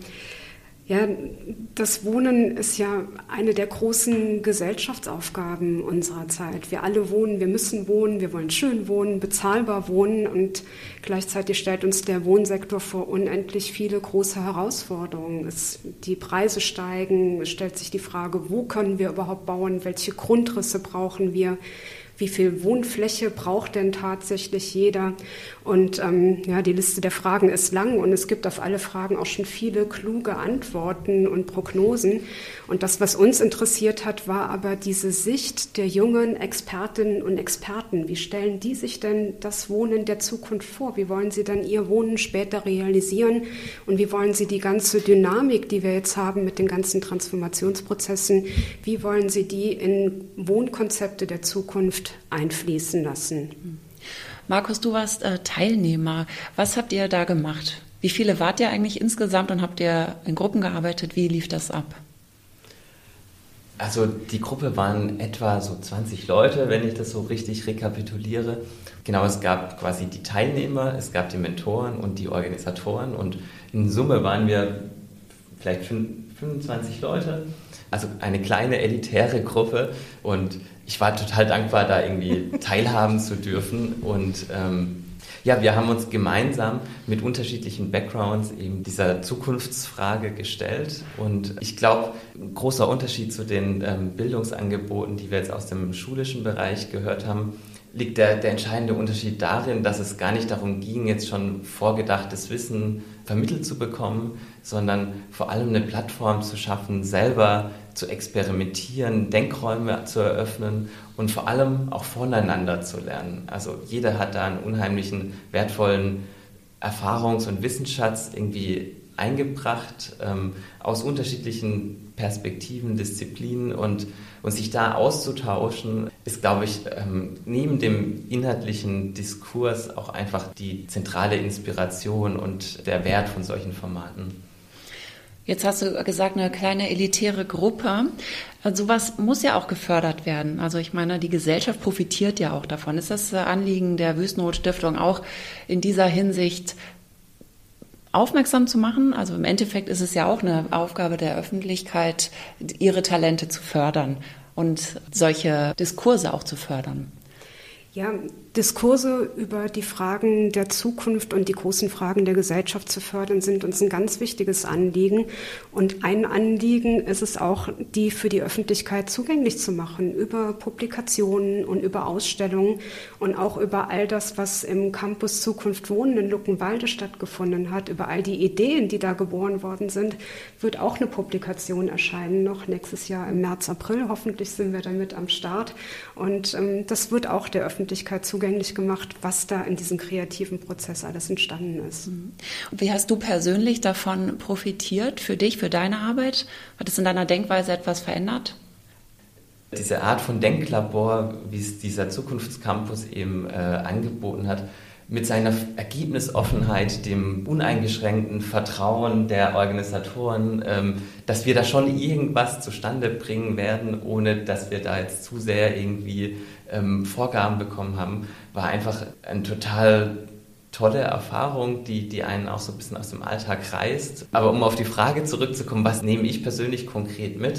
[SPEAKER 3] das Wohnen ist ja eine der großen Gesellschaftsaufgaben unserer Zeit. Wir alle wohnen, wir müssen wohnen, wir wollen schön wohnen, bezahlbar wohnen und gleichzeitig stellt uns der Wohnsektor vor unendlich viele große Herausforderungen. Die Preise steigen, es stellt sich die Frage, wo können wir überhaupt bauen, welche Grundrisse brauchen wir? Wie viel Wohnfläche braucht denn tatsächlich jeder? Und die Liste der Fragen ist lang und es gibt auf alle Fragen auch schon viele kluge Antworten und Prognosen. Und das, was uns interessiert hat, war aber diese Sicht der jungen Expertinnen und Experten. Wie stellen die sich denn das Wohnen der Zukunft vor? Wie wollen sie dann ihr Wohnen später realisieren? Und wie wollen sie die ganze Dynamik, die wir jetzt haben mit den ganzen Transformationsprozessen, wie wollen sie die in Wohnkonzepte der Zukunft einfließen lassen?
[SPEAKER 5] Markus, du warst Teilnehmer. Was habt ihr da gemacht? Wie viele wart ihr eigentlich insgesamt und habt ihr in Gruppen gearbeitet? Wie lief das ab?
[SPEAKER 4] Also die Gruppe waren etwa so 20 Leute, wenn ich das so richtig rekapituliere. Genau, es gab quasi die Teilnehmer, es gab die Mentoren und die Organisatoren und in Summe waren wir vielleicht 25 Leute. Also eine kleine elitäre Gruppe und ich war total dankbar, da irgendwie teilhaben zu dürfen und wir haben uns gemeinsam mit unterschiedlichen Backgrounds eben dieser Zukunftsfrage gestellt und ich glaube, ein großer Unterschied zu den Bildungsangeboten, die wir jetzt aus dem schulischen Bereich gehört haben, liegt der entscheidende Unterschied darin, dass es gar nicht darum ging, jetzt schon vorgedachtes Wissen vermittelt zu bekommen, sondern vor allem eine Plattform zu schaffen, selber zu experimentieren, Denkräume zu eröffnen und vor allem auch voneinander zu lernen. Also jeder hat da einen unheimlichen, wertvollen Erfahrungs- und Wissensschatz irgendwie eingebracht aus unterschiedlichen Perspektiven, Disziplinen und sich da auszutauschen, ist, glaube ich, neben dem inhaltlichen Diskurs auch einfach die zentrale Inspiration und der Wert von solchen Formaten.
[SPEAKER 5] Jetzt hast du gesagt, eine kleine elitäre Gruppe. Sowas muss ja auch gefördert werden. Also ich meine, die Gesellschaft profitiert ja auch davon. Ist das Anliegen der Wüstenrot-Stiftung auch in dieser Hinsicht aufmerksam zu machen? Also im Endeffekt ist es ja auch eine Aufgabe der Öffentlichkeit, ihre Talente zu fördern und solche Diskurse auch zu fördern.
[SPEAKER 3] Ja, Diskurse über die Fragen der Zukunft und die großen Fragen der Gesellschaft zu fördern, sind uns ein ganz wichtiges Anliegen. Und ein Anliegen ist es auch, die für die Öffentlichkeit zugänglich zu machen, über Publikationen und über Ausstellungen und auch über all das, was im Campus Zukunft Wohnen in Luckenwalde stattgefunden hat, über all die Ideen, die da geboren worden sind, wird auch eine Publikation erscheinen, noch nächstes Jahr im März, April. Hoffentlich sind wir damit am Start. Und das wird auch der Öffentlichkeit zugänglich gemacht, was da in diesem kreativen Prozess alles entstanden ist.
[SPEAKER 5] Und wie hast du persönlich davon profitiert, für dich, für deine Arbeit? Hat es in deiner Denkweise etwas verändert?
[SPEAKER 4] Diese Art von Denklabor, wie es dieser Zukunftscampus eben angeboten hat, mit seiner Ergebnisoffenheit, dem uneingeschränkten Vertrauen der Organisatoren, dass wir da schon irgendwas zustande bringen werden, ohne dass wir da jetzt zu sehr irgendwie Vorgaben bekommen haben, war einfach eine total tolle Erfahrung, die einen auch so ein bisschen aus dem Alltag reißt. Aber um auf die Frage zurückzukommen, was nehme ich persönlich konkret mit?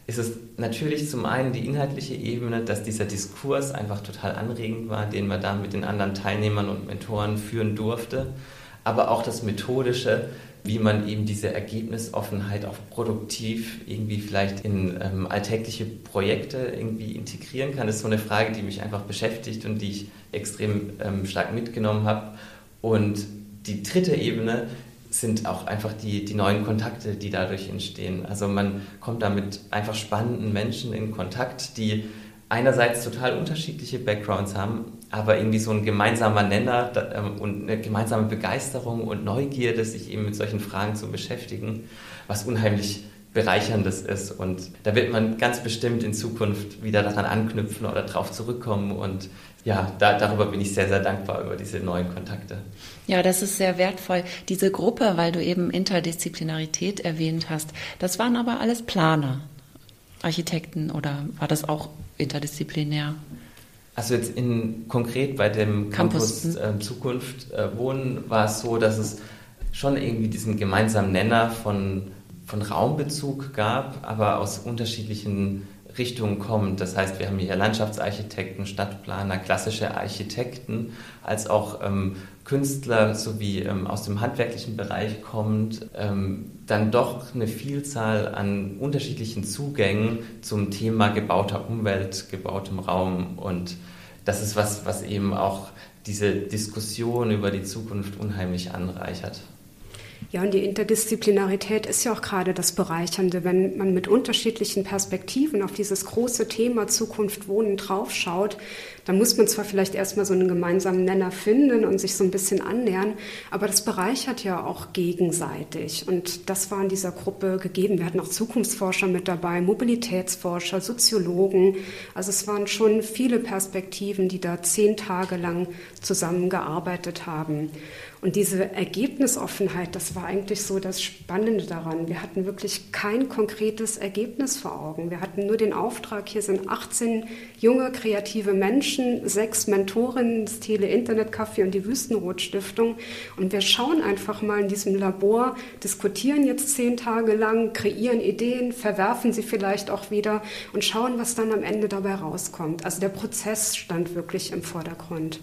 [SPEAKER 4] ist es natürlich zum einen die inhaltliche Ebene, dass dieser Diskurs einfach total anregend war, den man da mit den anderen Teilnehmern und Mentoren führen durfte, aber auch das Methodische, wie man eben diese Ergebnisoffenheit auch produktiv irgendwie vielleicht in alltägliche Projekte irgendwie integrieren kann. Das ist so eine Frage, die mich einfach beschäftigt und die ich extrem stark mitgenommen habe. Und die dritte Ebene sind auch einfach die neuen Kontakte, die dadurch entstehen. Also man kommt da mit einfach spannenden Menschen in Kontakt, die einerseits total unterschiedliche Backgrounds haben, aber irgendwie so ein gemeinsamer Nenner und eine gemeinsame Begeisterung und Neugierde, sich eben mit solchen Fragen zu beschäftigen, was unheimlich Bereicherndes ist. Und da wird man ganz bestimmt in Zukunft wieder daran anknüpfen oder drauf zurückkommen. Und ja, darüber bin ich sehr, sehr dankbar, über diese neuen Kontakte.
[SPEAKER 5] Ja, das ist sehr wertvoll. Diese Gruppe, weil du eben Interdisziplinarität erwähnt hast, das waren aber alles Planer, Architekten, oder war das auch interdisziplinär?
[SPEAKER 4] Also jetzt konkret bei dem Campus Zukunft Wohnen war es so, dass es schon irgendwie diesen gemeinsamen Nenner von Raumbezug gab, aber aus unterschiedlichen Richtungen kommt. Das heißt, wir haben hier Landschaftsarchitekten, Stadtplaner, klassische Architekten, als auch Künstler sowie aus dem handwerklichen Bereich kommt, dann doch eine Vielzahl an unterschiedlichen Zugängen zum Thema gebauter Umwelt, gebautem Raum. Und das ist was eben auch diese Diskussion über die Zukunft unheimlich anreichert.
[SPEAKER 3] Ja, und die Interdisziplinarität ist ja auch gerade das Bereichernde, wenn man mit unterschiedlichen Perspektiven auf dieses große Thema Zukunft Wohnen draufschaut. Da muss man zwar vielleicht erstmal so einen gemeinsamen Nenner finden und sich so ein bisschen annähern, aber das bereichert ja auch gegenseitig. Und das war in dieser Gruppe gegeben. Wir hatten auch Zukunftsforscher mit dabei, Mobilitätsforscher, Soziologen. Also es waren schon viele Perspektiven, die da 10 Tage lang zusammengearbeitet haben. Und diese Ergebnisoffenheit, das war eigentlich so das Spannende daran. Wir hatten wirklich kein konkretes Ergebnis vor Augen. Wir hatten nur den Auftrag, hier sind 18 junge, kreative Menschen, 6 Mentorinnen, das Tele-Internet-Café und die Wüstenrot-Stiftung. Und wir schauen einfach mal in diesem Labor, diskutieren jetzt 10 Tage lang, kreieren Ideen, verwerfen sie vielleicht auch wieder und schauen, was dann am Ende dabei rauskommt. Also der Prozess stand wirklich im Vordergrund.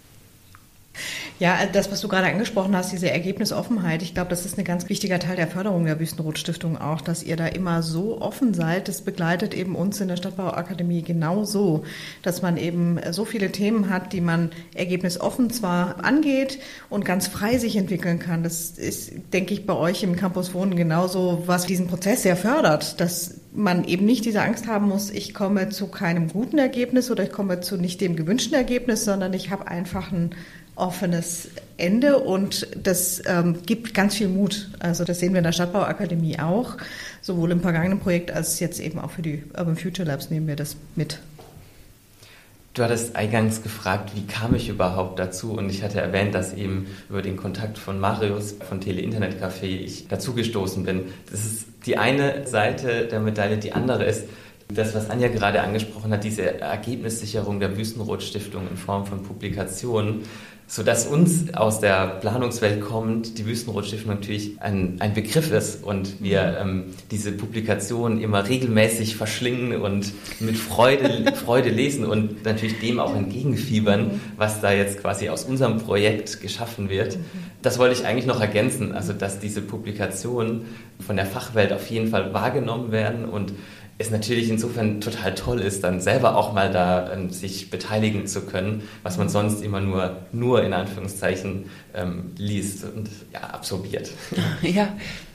[SPEAKER 2] Ja, das, was du gerade angesprochen hast, diese Ergebnisoffenheit, ich glaube, das ist ein ganz wichtiger Teil der Förderung der Wüstenrot-Stiftung auch, dass ihr da immer so offen seid. Das begleitet eben uns in der Stadtbauakademie genauso, dass man eben so viele Themen hat, die man ergebnisoffen zwar angeht und ganz frei sich entwickeln kann. Das ist, denke ich, bei euch im Campus Wohnen genauso, was diesen Prozess sehr fördert, dass man eben nicht diese Angst haben muss, ich komme zu keinem guten Ergebnis oder ich komme zu nicht dem gewünschten Ergebnis, sondern ich habe einfach ein offenes Ende und das gibt ganz viel Mut. Also das sehen wir in der Stadtbauakademie auch, sowohl im vergangenen Projekt als jetzt eben auch für die Urban Future Labs nehmen wir das mit.
[SPEAKER 4] Du hattest eingangs gefragt, wie kam ich überhaupt dazu? Und ich hatte erwähnt, dass eben über den Kontakt von Marius von Tele-Internet-Café ich dazugestoßen bin. Das ist die eine Seite der Medaille. Die andere ist das, was Anja gerade angesprochen hat, diese Ergebnissicherung der Wüstenrot-Stiftung in Form von Publikationen, sodass uns aus der Planungswelt kommt, die Wüstenrot-Stiftung natürlich ein Begriff ist und wir diese Publikationen immer regelmäßig verschlingen und mit Freude lesen und natürlich dem auch entgegenfiebern, was da jetzt quasi aus unserem Projekt geschaffen wird. Das wollte ich eigentlich noch ergänzen, also dass diese Publikationen von der Fachwelt auf jeden Fall wahrgenommen werden und es natürlich insofern total toll ist, dann selber auch mal da sich beteiligen zu können, was man sonst immer nur in Anführungszeichen liest und ja, absorbiert.
[SPEAKER 5] Ja.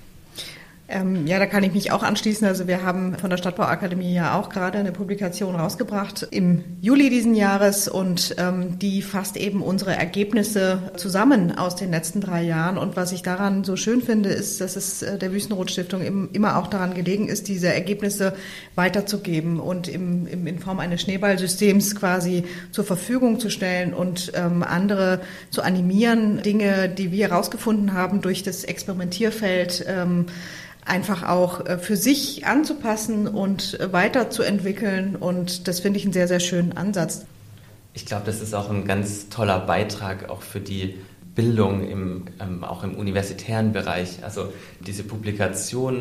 [SPEAKER 2] Ja, da kann ich mich auch anschließen. Also wir haben von der Stadtbauakademie ja auch gerade eine Publikation rausgebracht im Juli diesen Jahres und die fasst eben unsere Ergebnisse zusammen aus den letzten 3 Jahren. Und was ich daran so schön finde, ist, dass es der Wüstenrot-Stiftung immer auch daran gelegen ist, diese Ergebnisse weiterzugeben und in Form eines Schneeballsystems quasi zur Verfügung zu stellen und andere zu animieren, Dinge, die wir herausgefunden haben durch das Experimentierfeld, einfach auch für sich anzupassen und weiterzuentwickeln. Und das finde ich einen sehr, sehr schönen Ansatz.
[SPEAKER 4] Ich glaube, das ist auch ein ganz toller Beitrag auch für die Bildung auch im universitären Bereich. Also diese Publikationen,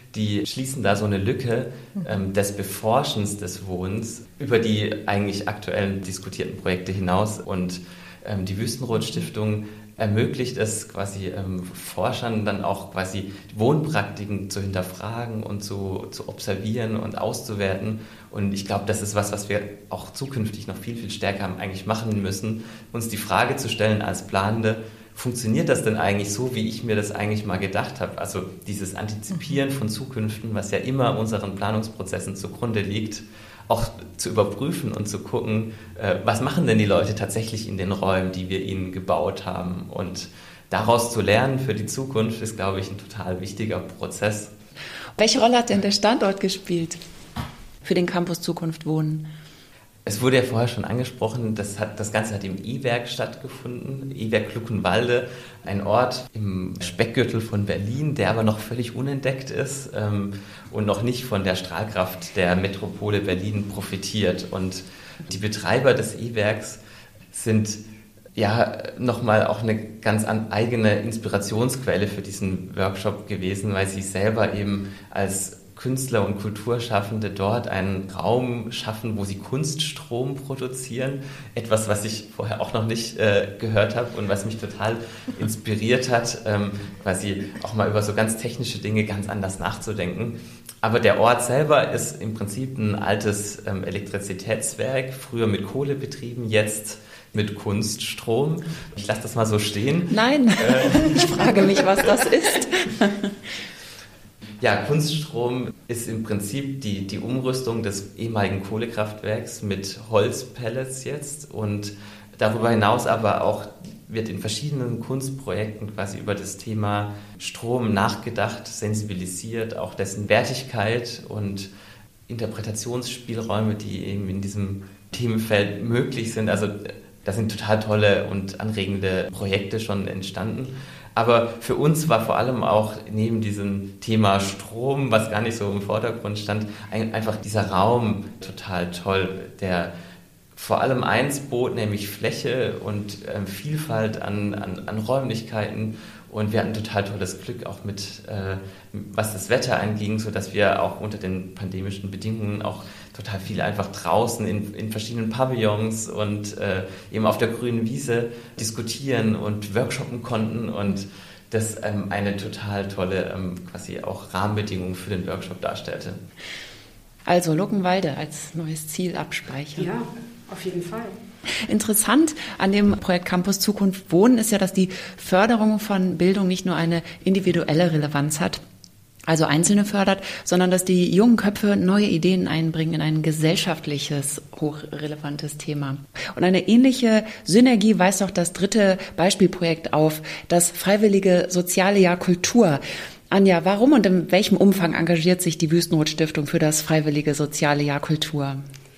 [SPEAKER 4] die schließen da so eine Lücke des Beforschens des Wohnens über die eigentlich aktuellen diskutierten Projekte hinaus. Und die Wüstenrot-Stiftung ermöglicht es quasi Forschern dann auch quasi Wohnpraktiken zu hinterfragen und zu observieren und auszuwerten. Und ich glaube, das ist was wir auch zukünftig noch viel, viel stärker eigentlich machen müssen, uns die Frage zu stellen als Planende, funktioniert das denn eigentlich so, wie ich mir das eigentlich mal gedacht habe? Also dieses Antizipieren von Zukünften, was ja immer unseren Planungsprozessen zugrunde liegt, auch zu überprüfen und zu gucken, was machen denn die Leute tatsächlich in den Räumen, die wir ihnen gebaut haben. Und daraus zu lernen für die Zukunft ist, glaube ich, ein total wichtiger Prozess.
[SPEAKER 5] Welche Rolle hat denn der Standort gespielt für den Campus Zukunft Wohnen?
[SPEAKER 4] Es wurde ja vorher schon angesprochen, das Ganze hat im E-Werk stattgefunden, E-Werk Luckenwalde, ein Ort im Speckgürtel von Berlin, der aber noch völlig unentdeckt ist und noch nicht von der Strahlkraft der Metropole Berlin profitiert. Und die Betreiber des E-Werks sind ja nochmal auch eine ganz eigene Inspirationsquelle für diesen Workshop gewesen, weil sie selber eben als Künstler und Kulturschaffende dort einen Raum schaffen, wo sie Kunststrom produzieren. Etwas, was ich vorher auch noch nicht gehört habe und was mich total inspiriert hat, quasi auch mal über so ganz technische Dinge ganz anders nachzudenken. Aber der Ort selber ist im Prinzip ein altes Elektrizitätswerk, früher mit Kohle betrieben, jetzt mit Kunststrom. Ich lasse das mal so stehen.
[SPEAKER 5] Nein, ich frage mich, was das ist.
[SPEAKER 4] Ja, Kunststrom ist im Prinzip die Umrüstung des ehemaligen Kohlekraftwerks mit Holzpellets jetzt und darüber hinaus aber auch wird in verschiedenen Kunstprojekten quasi über das Thema Strom nachgedacht, sensibilisiert, auch dessen Wertigkeit und Interpretationsspielräume, die eben in diesem Themenfeld möglich sind. Also da sind total tolle und anregende Projekte schon entstanden. Aber für uns war vor allem auch neben diesem Thema Strom, was gar nicht so im Vordergrund stand, einfach dieser Raum total toll, der vor allem eins bot, nämlich Fläche und Vielfalt an Räumlichkeiten. Und wir hatten total tolles Glück auch mit, was das Wetter anging, sodass wir auch unter den pandemischen Bedingungen auch total viel einfach draußen in verschiedenen Pavillons und eben auf der grünen Wiese diskutieren und workshoppen konnten und das eine total tolle quasi auch Rahmenbedingung für den Workshop darstellte.
[SPEAKER 5] Also Luckenwalde als neues Ziel abspeichern.
[SPEAKER 3] Ja, auf jeden Fall.
[SPEAKER 5] Interessant an dem Projekt Campus Zukunft Wohnen ist ja, dass die Förderung von Bildung nicht nur eine individuelle Relevanz hat, also Einzelne fördert, sondern dass die jungen Köpfe neue Ideen einbringen in ein gesellschaftliches, hochrelevantes Thema. Und eine ähnliche Synergie weist auch das dritte Beispielprojekt auf, das Freiwillige Soziale Jahr Kultur. Anja, warum und in welchem Umfang engagiert sich die Wüstenrot-Stiftung für das Freiwillige Soziale Jahr Kultur?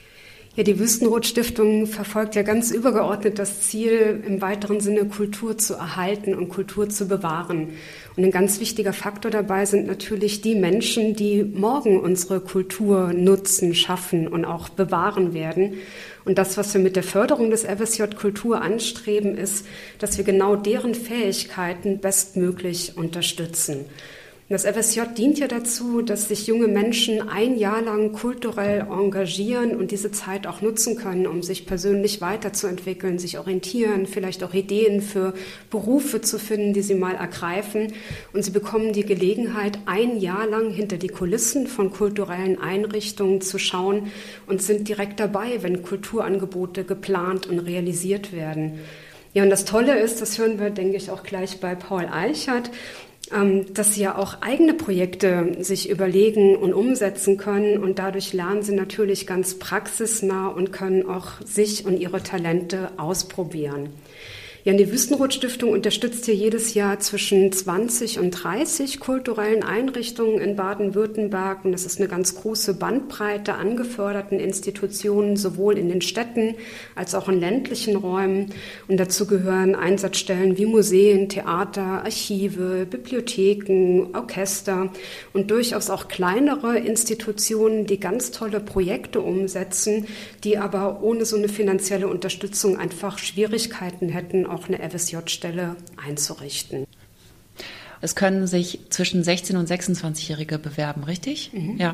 [SPEAKER 3] Ja, die Wüstenrot-Stiftung verfolgt ja ganz übergeordnet das Ziel, im weiteren Sinne Kultur zu erhalten und Kultur zu bewahren. Und ein ganz wichtiger Faktor dabei sind natürlich die Menschen, die morgen unsere Kultur nutzen, schaffen und auch bewahren werden. Und das, was wir mit der Förderung des FSJ Kultur anstreben, ist, dass wir genau deren Fähigkeiten bestmöglich unterstützen. Das FSJ dient ja dazu, dass sich junge Menschen ein Jahr lang kulturell engagieren und diese Zeit auch nutzen können, um sich persönlich weiterzuentwickeln, sich orientieren, vielleicht auch Ideen für Berufe zu finden, die sie mal ergreifen. Und sie bekommen die Gelegenheit, ein Jahr lang hinter die Kulissen von kulturellen Einrichtungen zu schauen und sind direkt dabei, wenn Kulturangebote geplant und realisiert werden. Ja, und das Tolle ist, das hören wir, denke ich, auch gleich bei Paul Eichert, dass sie ja auch eigene Projekte sich überlegen und umsetzen können und dadurch lernen sie natürlich ganz praxisnah und können auch sich und ihre Talente ausprobieren. Ja, und die Wüstenrot-Stiftung unterstützt hier jedes Jahr zwischen 20 und 30 kulturellen Einrichtungen in Baden-Württemberg. Und das ist eine ganz große Bandbreite an geförderten Institutionen, sowohl in den Städten als auch in ländlichen Räumen. Und dazu gehören Einsatzstellen wie Museen, Theater, Archive, Bibliotheken, Orchester und durchaus auch kleinere Institutionen, die ganz tolle Projekte umsetzen, die aber ohne so eine finanzielle Unterstützung einfach Schwierigkeiten hätten, auch eine FSJ-Stelle einzurichten.
[SPEAKER 5] Es können sich zwischen 16- und 26-Jährige bewerben, richtig? Mhm. Ja.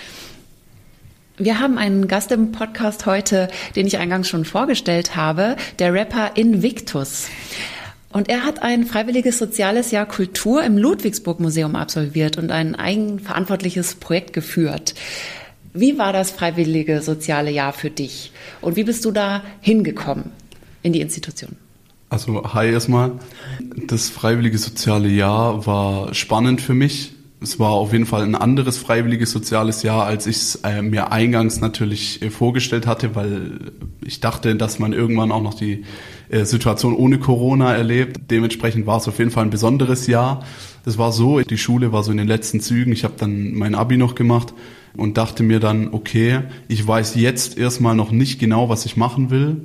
[SPEAKER 5] Wir haben einen Gast im Podcast heute, den ich eingangs schon vorgestellt habe, der Rapper Invictus. Und er hat ein freiwilliges soziales Jahr Kultur im Ludwigsburg-Museum absolviert und ein eigenverantwortliches Projekt geführt. Wie war das freiwillige soziale Jahr für dich? Und wie bist du da hingekommen in die Institution?
[SPEAKER 1] Also hi erstmal. Das freiwillige soziale Jahr war spannend für mich. Es war auf jeden Fall ein anderes freiwilliges soziales Jahr, als ich es mir eingangs natürlich vorgestellt hatte, weil ich dachte, dass man irgendwann auch noch die Situation ohne Corona erlebt. Dementsprechend war es auf jeden Fall ein besonderes Jahr. Das war so, die Schule war so in den letzten Zügen. Ich habe dann mein Abi noch gemacht und dachte mir dann, okay, ich weiß jetzt erstmal noch nicht genau, was ich machen will.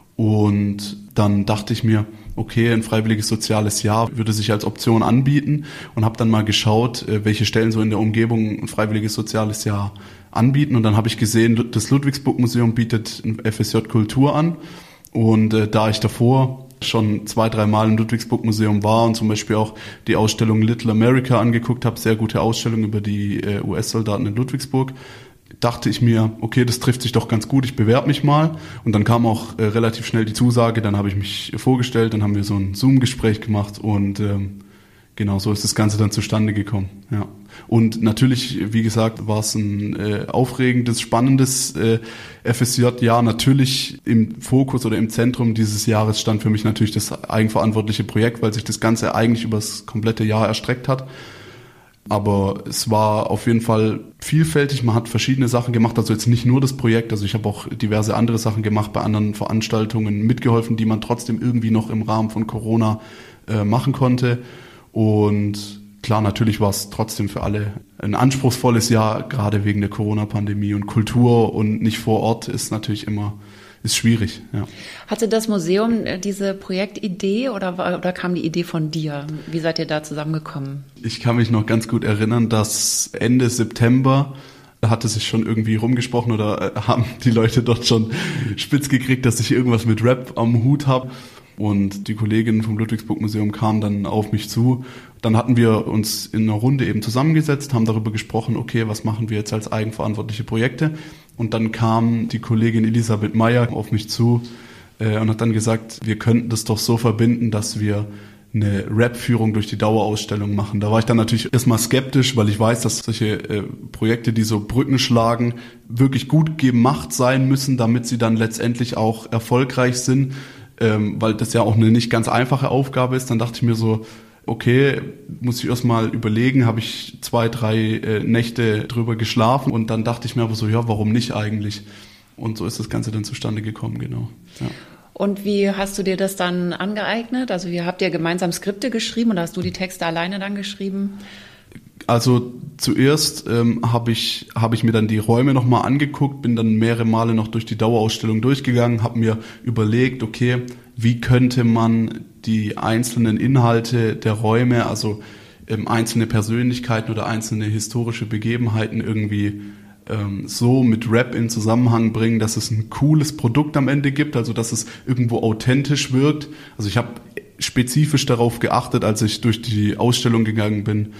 [SPEAKER 1] Und dann dachte ich mir, okay, ein freiwilliges soziales Jahr würde sich als Option anbieten und habe dann mal geschaut, welche Stellen so in der Umgebung ein freiwilliges soziales Jahr anbieten. Und dann habe ich gesehen, das Ludwigsburg-Museum bietet ein FSJ Kultur an. Und da ich davor schon 2-3 Mal im Ludwigsburg-Museum war und zum Beispiel auch die Ausstellung Little America angeguckt habe, sehr gute Ausstellung über die US-Soldaten in Ludwigsburg, dachte ich mir, okay, das trifft sich doch ganz gut, ich bewerbe mich mal. Und dann kam auch relativ schnell die Zusage, dann habe ich mich vorgestellt, dann haben wir so ein Zoom-Gespräch gemacht und genau so ist das Ganze dann zustande gekommen. Ja. Und natürlich, wie gesagt, war es ein aufregendes, spannendes FSJ-Jahr. Natürlich im Fokus oder im Zentrum dieses Jahres stand für mich natürlich das eigenverantwortliche Projekt, weil sich das Ganze eigentlich über das komplette Jahr erstreckt hat. Aber es war auf jeden Fall vielfältig. Man hat verschiedene Sachen gemacht, also jetzt nicht nur das Projekt. Also ich habe auch diverse andere Sachen gemacht, bei anderen Veranstaltungen mitgeholfen, die man trotzdem irgendwie noch im Rahmen von Corona machen konnte. Und klar, natürlich war es trotzdem für alle ein anspruchsvolles Jahr, gerade wegen der Corona-Pandemie. Und Kultur und nicht vor Ort ist natürlich immer schwierig. Ja.
[SPEAKER 5] Hatte das Museum diese Projektidee oder kam die Idee von dir? Wie seid ihr da zusammengekommen?
[SPEAKER 1] Ich kann mich noch ganz gut erinnern, dass Ende September hatte sich schon irgendwie rumgesprochen oder haben die Leute dort schon spitz gekriegt, dass ich irgendwas mit Rap am Hut habe. Und die Kolleginnen vom Ludwigsburg-Museum kamen dann auf mich zu. Dann hatten wir uns in einer Runde eben zusammengesetzt, haben darüber gesprochen, okay, was machen wir jetzt als eigenverantwortliche Projekte? Und dann kam die Kollegin Elisabeth Meyer auf mich zu und hat dann gesagt, wir könnten das doch so verbinden, dass wir eine Rap-Führung durch die Dauerausstellung machen. Da war ich dann natürlich erstmal skeptisch, weil ich weiß, dass solche Projekte, die so Brücken schlagen, wirklich gut gemacht sein müssen, damit sie dann letztendlich auch erfolgreich sind, weil das ja auch eine nicht ganz einfache Aufgabe ist. Dann dachte ich mir so, okay, muss ich erstmal überlegen, habe ich 2-3 Nächte drüber geschlafen und dann dachte ich mir aber so, ja, warum nicht eigentlich? Und so ist das Ganze dann zustande gekommen, genau. Ja.
[SPEAKER 5] Und wie hast du dir das dann angeeignet? Also wie habt ihr gemeinsam Skripte geschrieben oder hast du die Texte alleine dann geschrieben?
[SPEAKER 1] Also zuerst habe ich mir dann die Räume nochmal angeguckt, bin dann mehrere Male noch durch die Dauerausstellung durchgegangen, habe mir überlegt, okay, wie könnte man die einzelnen Inhalte der Räume, also einzelne Persönlichkeiten oder einzelne historische Begebenheiten irgendwie so mit Rap in Zusammenhang bringen, dass es ein cooles Produkt am Ende gibt, also dass es irgendwo authentisch wirkt. Also ich habe spezifisch darauf geachtet, als ich durch die Ausstellung gegangen bin,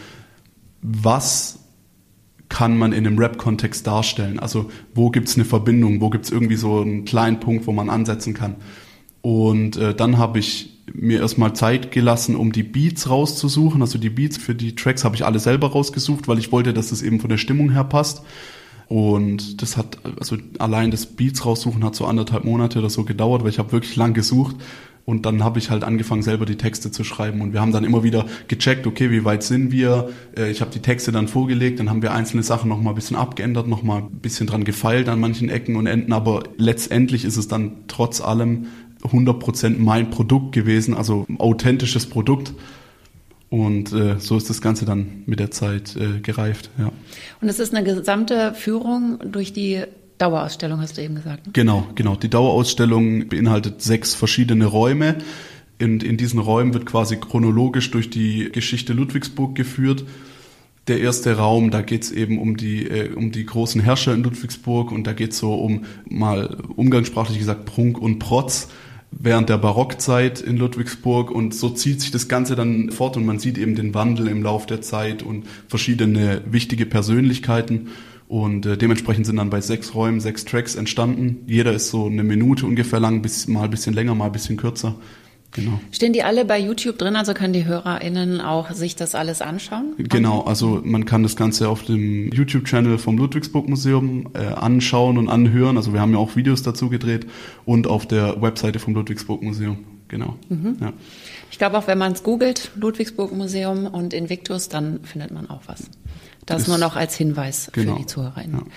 [SPEAKER 1] was kann man in einem Rap-Kontext darstellen? Also wo gibt's eine Verbindung, wo gibt's irgendwie so einen kleinen Punkt, wo man ansetzen kann? Und dann habe ich mir erstmal Zeit gelassen, um die Beats rauszusuchen. Also die Beats für die Tracks habe ich alle selber rausgesucht, weil ich wollte, dass es eben von der Stimmung her passt. Und das hat, also allein das Beats raussuchen hat so 1,5 Monate oder so gedauert, weil ich habe wirklich lang gesucht. Und dann habe ich halt angefangen, selber die Texte zu schreiben. Und wir haben dann immer wieder gecheckt, okay, wie weit sind wir? Ich habe die Texte dann vorgelegt, dann haben wir einzelne Sachen noch mal ein bisschen abgeändert, noch mal ein bisschen dran gefeilt an manchen Ecken und Enden. Aber letztendlich ist es dann trotz allem 100% mein Produkt gewesen, also ein authentisches Produkt. Und so ist das Ganze dann mit der Zeit gereift. Ja.
[SPEAKER 5] Und es ist eine gesamte Führung durch die Dauerausstellung, hast du eben gesagt. Ne?
[SPEAKER 1] Genau. Die Dauerausstellung beinhaltet 6 verschiedene Räume. In diesen Räumen wird quasi chronologisch durch die Geschichte Ludwigsburg geführt. Der erste Raum, da geht es eben um die großen Herrscher in Ludwigsburg und da geht es so um, mal umgangssprachlich gesagt, Prunk und Protz. während der Barockzeit in Ludwigsburg und so zieht sich das Ganze dann fort und man sieht eben den Wandel im Lauf der Zeit und verschiedene wichtige Persönlichkeiten und dementsprechend sind dann bei 6 Räumen 6 Tracks entstanden. Jeder ist so eine Minute ungefähr lang, mal ein bisschen länger, mal ein bisschen kürzer. Genau.
[SPEAKER 5] Stehen die alle bei YouTube drin, also können die HörerInnen auch sich das alles anschauen?
[SPEAKER 1] Genau, also man kann das Ganze auf dem YouTube-Channel vom Ludwigsburg-Museum anschauen und anhören. Also wir haben ja auch Videos dazu gedreht und auf der Webseite vom Ludwigsburg-Museum. Genau. Ja.
[SPEAKER 5] Ich glaube auch, wenn man es googelt, Ludwigsburg-Museum und Invictus, dann findet man auch was. Das nur noch als Hinweis für die ZuhörerInnen. Ja.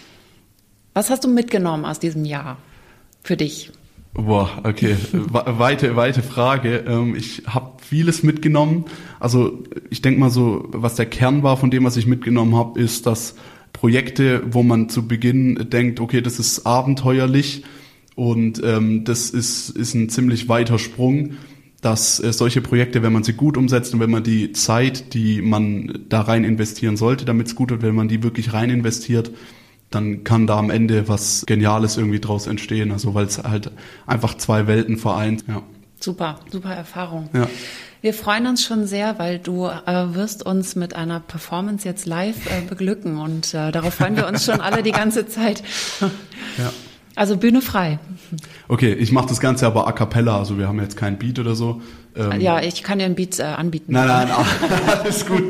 [SPEAKER 5] Was hast du mitgenommen aus diesem Jahr für dich?
[SPEAKER 1] Boah, okay, weite Frage. Ich habe vieles mitgenommen. Also ich denke mal so, was der Kern war von dem, was ich mitgenommen habe, ist, dass Projekte, wo man zu Beginn denkt, okay, das ist abenteuerlich und das ist ein ziemlich weiter Sprung, dass solche Projekte, wenn man sie gut umsetzt und wenn man die Zeit, die man da rein investieren sollte, damit es gut wird, wenn man die wirklich rein investiert, dann kann da am Ende was Geniales irgendwie draus entstehen. Also weil es halt einfach 2 Welten vereint. Ja.
[SPEAKER 5] Super Erfahrung.
[SPEAKER 1] Ja.
[SPEAKER 5] Wir freuen uns schon sehr, weil du wirst uns mit einer Performance jetzt live beglücken und darauf freuen wir uns schon alle die ganze Zeit.
[SPEAKER 1] Ja.
[SPEAKER 5] Also Bühne frei.
[SPEAKER 1] Okay, ich mache das Ganze aber a cappella, also wir haben jetzt keinen Beat oder so.
[SPEAKER 5] Ja, ich kann dir einen Beat anbieten.
[SPEAKER 1] Nein, alles gut.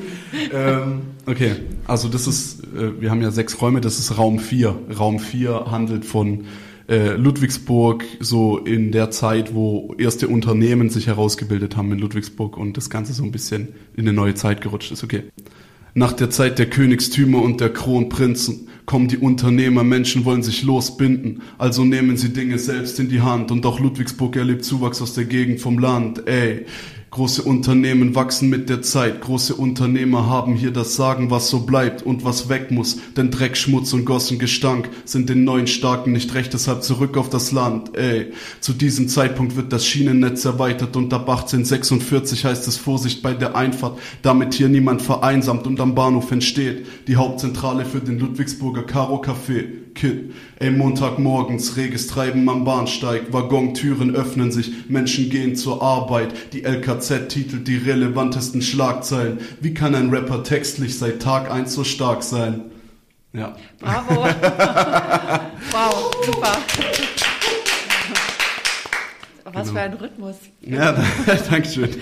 [SPEAKER 1] Okay, also das ist, wir haben ja 6 Räume, das ist Raum 4. Raum 4 handelt von Ludwigsburg, so in der Zeit, wo erste Unternehmen sich herausgebildet haben in Ludwigsburg und das Ganze so ein bisschen in eine neue Zeit gerutscht ist. Okay. Nach der Zeit der Königstümer und der Kronprinzen kommen die Unternehmer, Menschen wollen sich losbinden, also nehmen sie Dinge selbst in die Hand und auch Ludwigsburg erlebt Zuwachs aus der Gegend vom Land, ey. Große Unternehmen wachsen mit der Zeit, große Unternehmer haben hier das Sagen, was so bleibt und was weg muss, denn Dreck, Schmutz und Gossengestank sind den neuen Starken nicht recht, deshalb zurück auf das Land, ey. Zu diesem Zeitpunkt wird das Schienennetz erweitert und ab 1846 heißt es Vorsicht bei der Einfahrt, damit hier niemand vereinsamt und am Bahnhof entsteht die Hauptzentrale für den Ludwigsburger Karo-Café. Kid. Ey, Montagmorgens, reges Treiben am Bahnsteig, Waggontüren öffnen sich, Menschen gehen zur Arbeit, die LKZ titelt die relevantesten Schlagzeilen. Wie kann ein Rapper textlich seit Tag 1 so stark sein? Ja.
[SPEAKER 5] Bravo. Wow, super. Was für ein Rhythmus.
[SPEAKER 1] Ja, danke schön.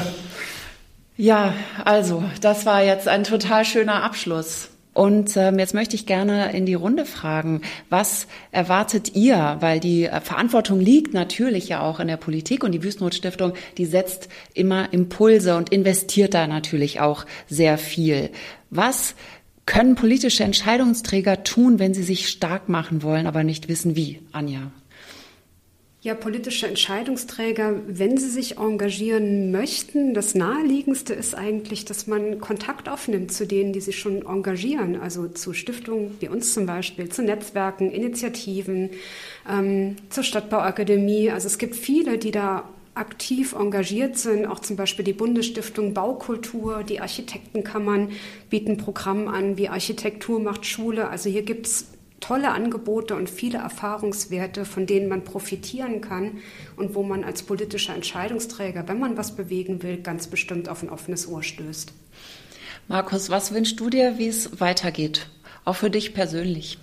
[SPEAKER 5] Ja, also, das war jetzt ein total schöner Abschluss. Und jetzt möchte ich gerne in die Runde fragen, was erwartet ihr? Weil die Verantwortung liegt natürlich ja auch in der Politik und die Wüstenrot-Stiftung, die setzt immer Impulse und investiert da natürlich auch sehr viel. Was können politische Entscheidungsträger tun, wenn sie sich stark machen wollen, aber nicht wissen wie? Anja?
[SPEAKER 3] Ja, politische Entscheidungsträger, wenn sie sich engagieren möchten, das Naheliegendste ist eigentlich, dass man Kontakt aufnimmt zu denen, die sich schon engagieren, also zu Stiftungen wie uns zum Beispiel, zu Netzwerken, Initiativen, zur Stadtbauakademie. Also es gibt viele, die da aktiv engagiert sind, auch zum Beispiel die Bundesstiftung Baukultur, die Architektenkammern bieten Programme an, wie Architektur macht Schule. Also hier gibt's tolle Angebote und viele Erfahrungswerte, von denen man profitieren kann und wo man als politischer Entscheidungsträger, wenn man was bewegen will, ganz bestimmt auf ein offenes Ohr stößt.
[SPEAKER 5] Markus, was wünschst du dir, wie es weitergeht? Auch für dich persönlich?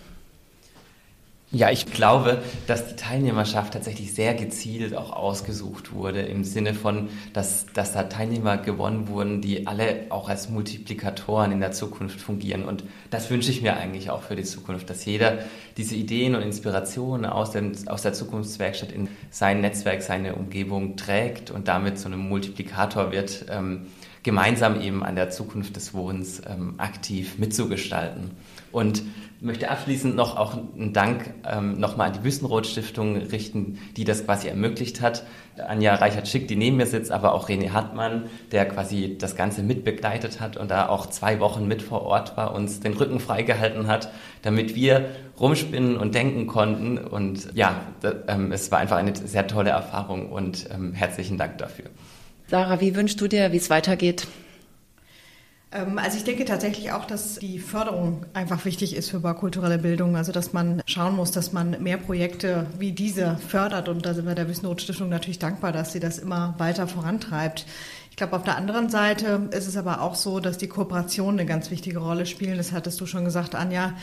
[SPEAKER 4] Ja, ich glaube, dass die Teilnehmerschaft tatsächlich sehr gezielt auch ausgesucht wurde, im Sinne von, dass da Teilnehmer gewonnen wurden, die alle auch als Multiplikatoren in der Zukunft fungieren. Und das wünsche ich mir eigentlich auch für die Zukunft, dass jeder diese Ideen und Inspirationen aus der Zukunftswerkstatt in sein Netzwerk, seine Umgebung trägt und damit zu einem Multiplikator wird, gemeinsam eben an der Zukunft des Wohnens aktiv mitzugestalten. Und möchte abschließend noch auch einen Dank nochmal an die Wüstenrot-Stiftung richten, die das quasi ermöglicht hat. Anja Reichert-Schick, die neben mir sitzt, aber auch René Hartmann, der quasi das Ganze mitbegleitet hat und da auch 2 Wochen mit vor Ort war, uns den Rücken freigehalten hat, damit wir rumspinnen und denken konnten. Und ja, es war einfach eine sehr tolle Erfahrung und herzlichen Dank dafür.
[SPEAKER 5] Sarah, wie wünschst du dir, wie es weitergeht?
[SPEAKER 2] Also ich denke tatsächlich auch, dass die Förderung einfach wichtig ist für baukulturelle Bildung. Also dass man schauen muss, dass man mehr Projekte wie diese fördert. Und da sind wir der Wüstenrot-Stiftung natürlich dankbar, dass sie das immer weiter vorantreibt. Ich glaube, auf der anderen Seite ist es aber auch so, dass die Kooperationen eine ganz wichtige Rolle spielen. Das hattest du schon gesagt, Anja.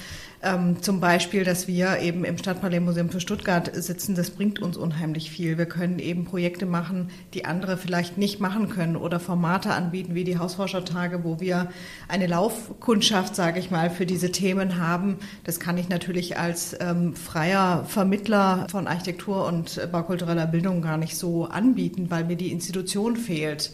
[SPEAKER 2] Zum Beispiel, dass wir eben im Stadtparlament-Museum für Stuttgart sitzen, das bringt uns unheimlich viel. Wir können eben Projekte machen, die andere vielleicht nicht machen können oder Formate anbieten wie die Hausforschertage, wo wir eine Laufkundschaft, sage ich mal, für diese Themen haben. Das kann ich natürlich als freier Vermittler von Architektur und baukultureller Bildung gar nicht so anbieten, weil mir die Institution fehlt.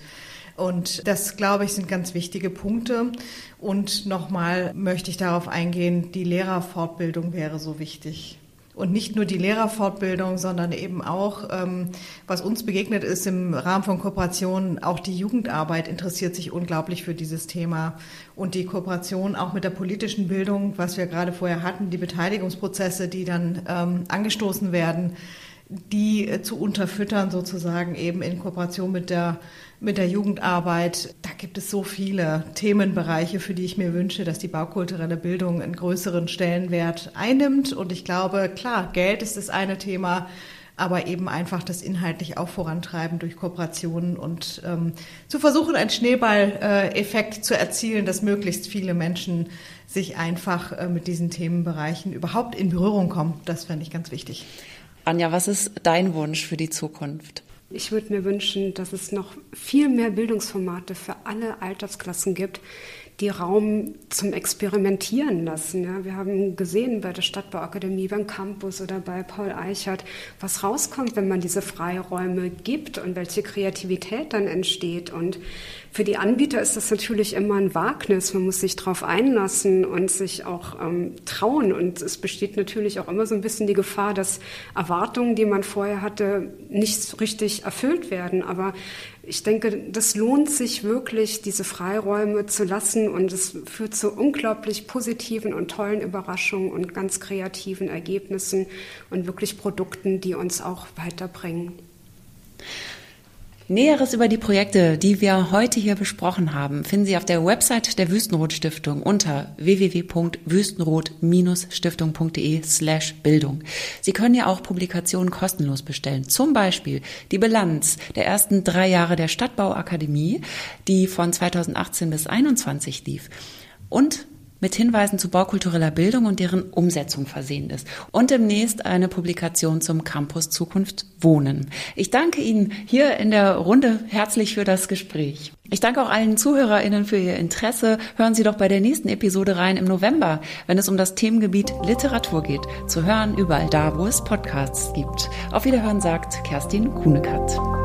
[SPEAKER 2] Und das, glaube ich, sind ganz wichtige Punkte. Und nochmal möchte ich darauf eingehen, die Lehrerfortbildung wäre so wichtig. Und nicht nur die Lehrerfortbildung, sondern eben auch, was uns begegnet ist im Rahmen von Kooperationen, auch die Jugendarbeit interessiert sich unglaublich für dieses Thema. Und die Kooperation auch mit der politischen Bildung, was wir gerade vorher hatten, die Beteiligungsprozesse, die dann angestoßen werden, die zu unterfüttern sozusagen eben in Kooperation mit der Jugendarbeit. Da gibt es so viele Themenbereiche, für die ich mir wünsche, dass die baukulturelle Bildung einen größeren Stellenwert einnimmt. Und ich glaube, klar, Geld ist das eine Thema, aber eben einfach das inhaltlich auch vorantreiben durch Kooperationen und zu versuchen, einen Schneeball-Effekt zu erzielen, dass möglichst viele Menschen sich einfach mit diesen Themenbereichen überhaupt in Berührung kommen. Das fände ich ganz wichtig.
[SPEAKER 5] Anja, was ist dein Wunsch für die Zukunft?
[SPEAKER 3] Ich würde mir wünschen, dass es noch viel mehr Bildungsformate für alle Altersklassen gibt, die Raum zum Experimentieren lassen. Ja, wir haben gesehen bei der Stadtbauakademie, beim Campus oder bei Paul Eichert, was rauskommt, wenn man diese Freiräume gibt und welche Kreativität dann entsteht. Und für die Anbieter ist das natürlich immer ein Wagnis. Man muss sich darauf einlassen und sich auch trauen. Und es besteht natürlich auch immer so ein bisschen die Gefahr, dass Erwartungen, die man vorher hatte, nicht richtig erfüllt werden. Aber ich denke, das lohnt sich wirklich, diese Freiräume zu lassen. Und es führt zu unglaublich positiven und tollen Überraschungen und ganz kreativen Ergebnissen und wirklich Produkten, die uns auch weiterbringen.
[SPEAKER 5] Näheres über die Projekte, die wir heute hier besprochen haben, finden Sie auf der Website der Wüstenrot-Stiftung unter www.wüstenrot-stiftung.de/Bildung. Sie können ja auch Publikationen kostenlos bestellen. Zum Beispiel die Bilanz der ersten 3 Jahre der Stadtbauakademie, die von 2018 bis 2021 lief. Und mit Hinweisen zu baukultureller Bildung und deren Umsetzung versehen ist. Und demnächst eine Publikation zum Campus Zukunft Wohnen. Ich danke Ihnen hier in der Runde herzlich für das Gespräch. Ich danke auch allen ZuhörerInnen für Ihr Interesse. Hören Sie doch bei der nächsten Episode rein im November, wenn es um das Themengebiet Literatur geht. Zu hören überall da, wo es Podcasts gibt. Auf Wiederhören sagt Kerstin Kuhnekatz.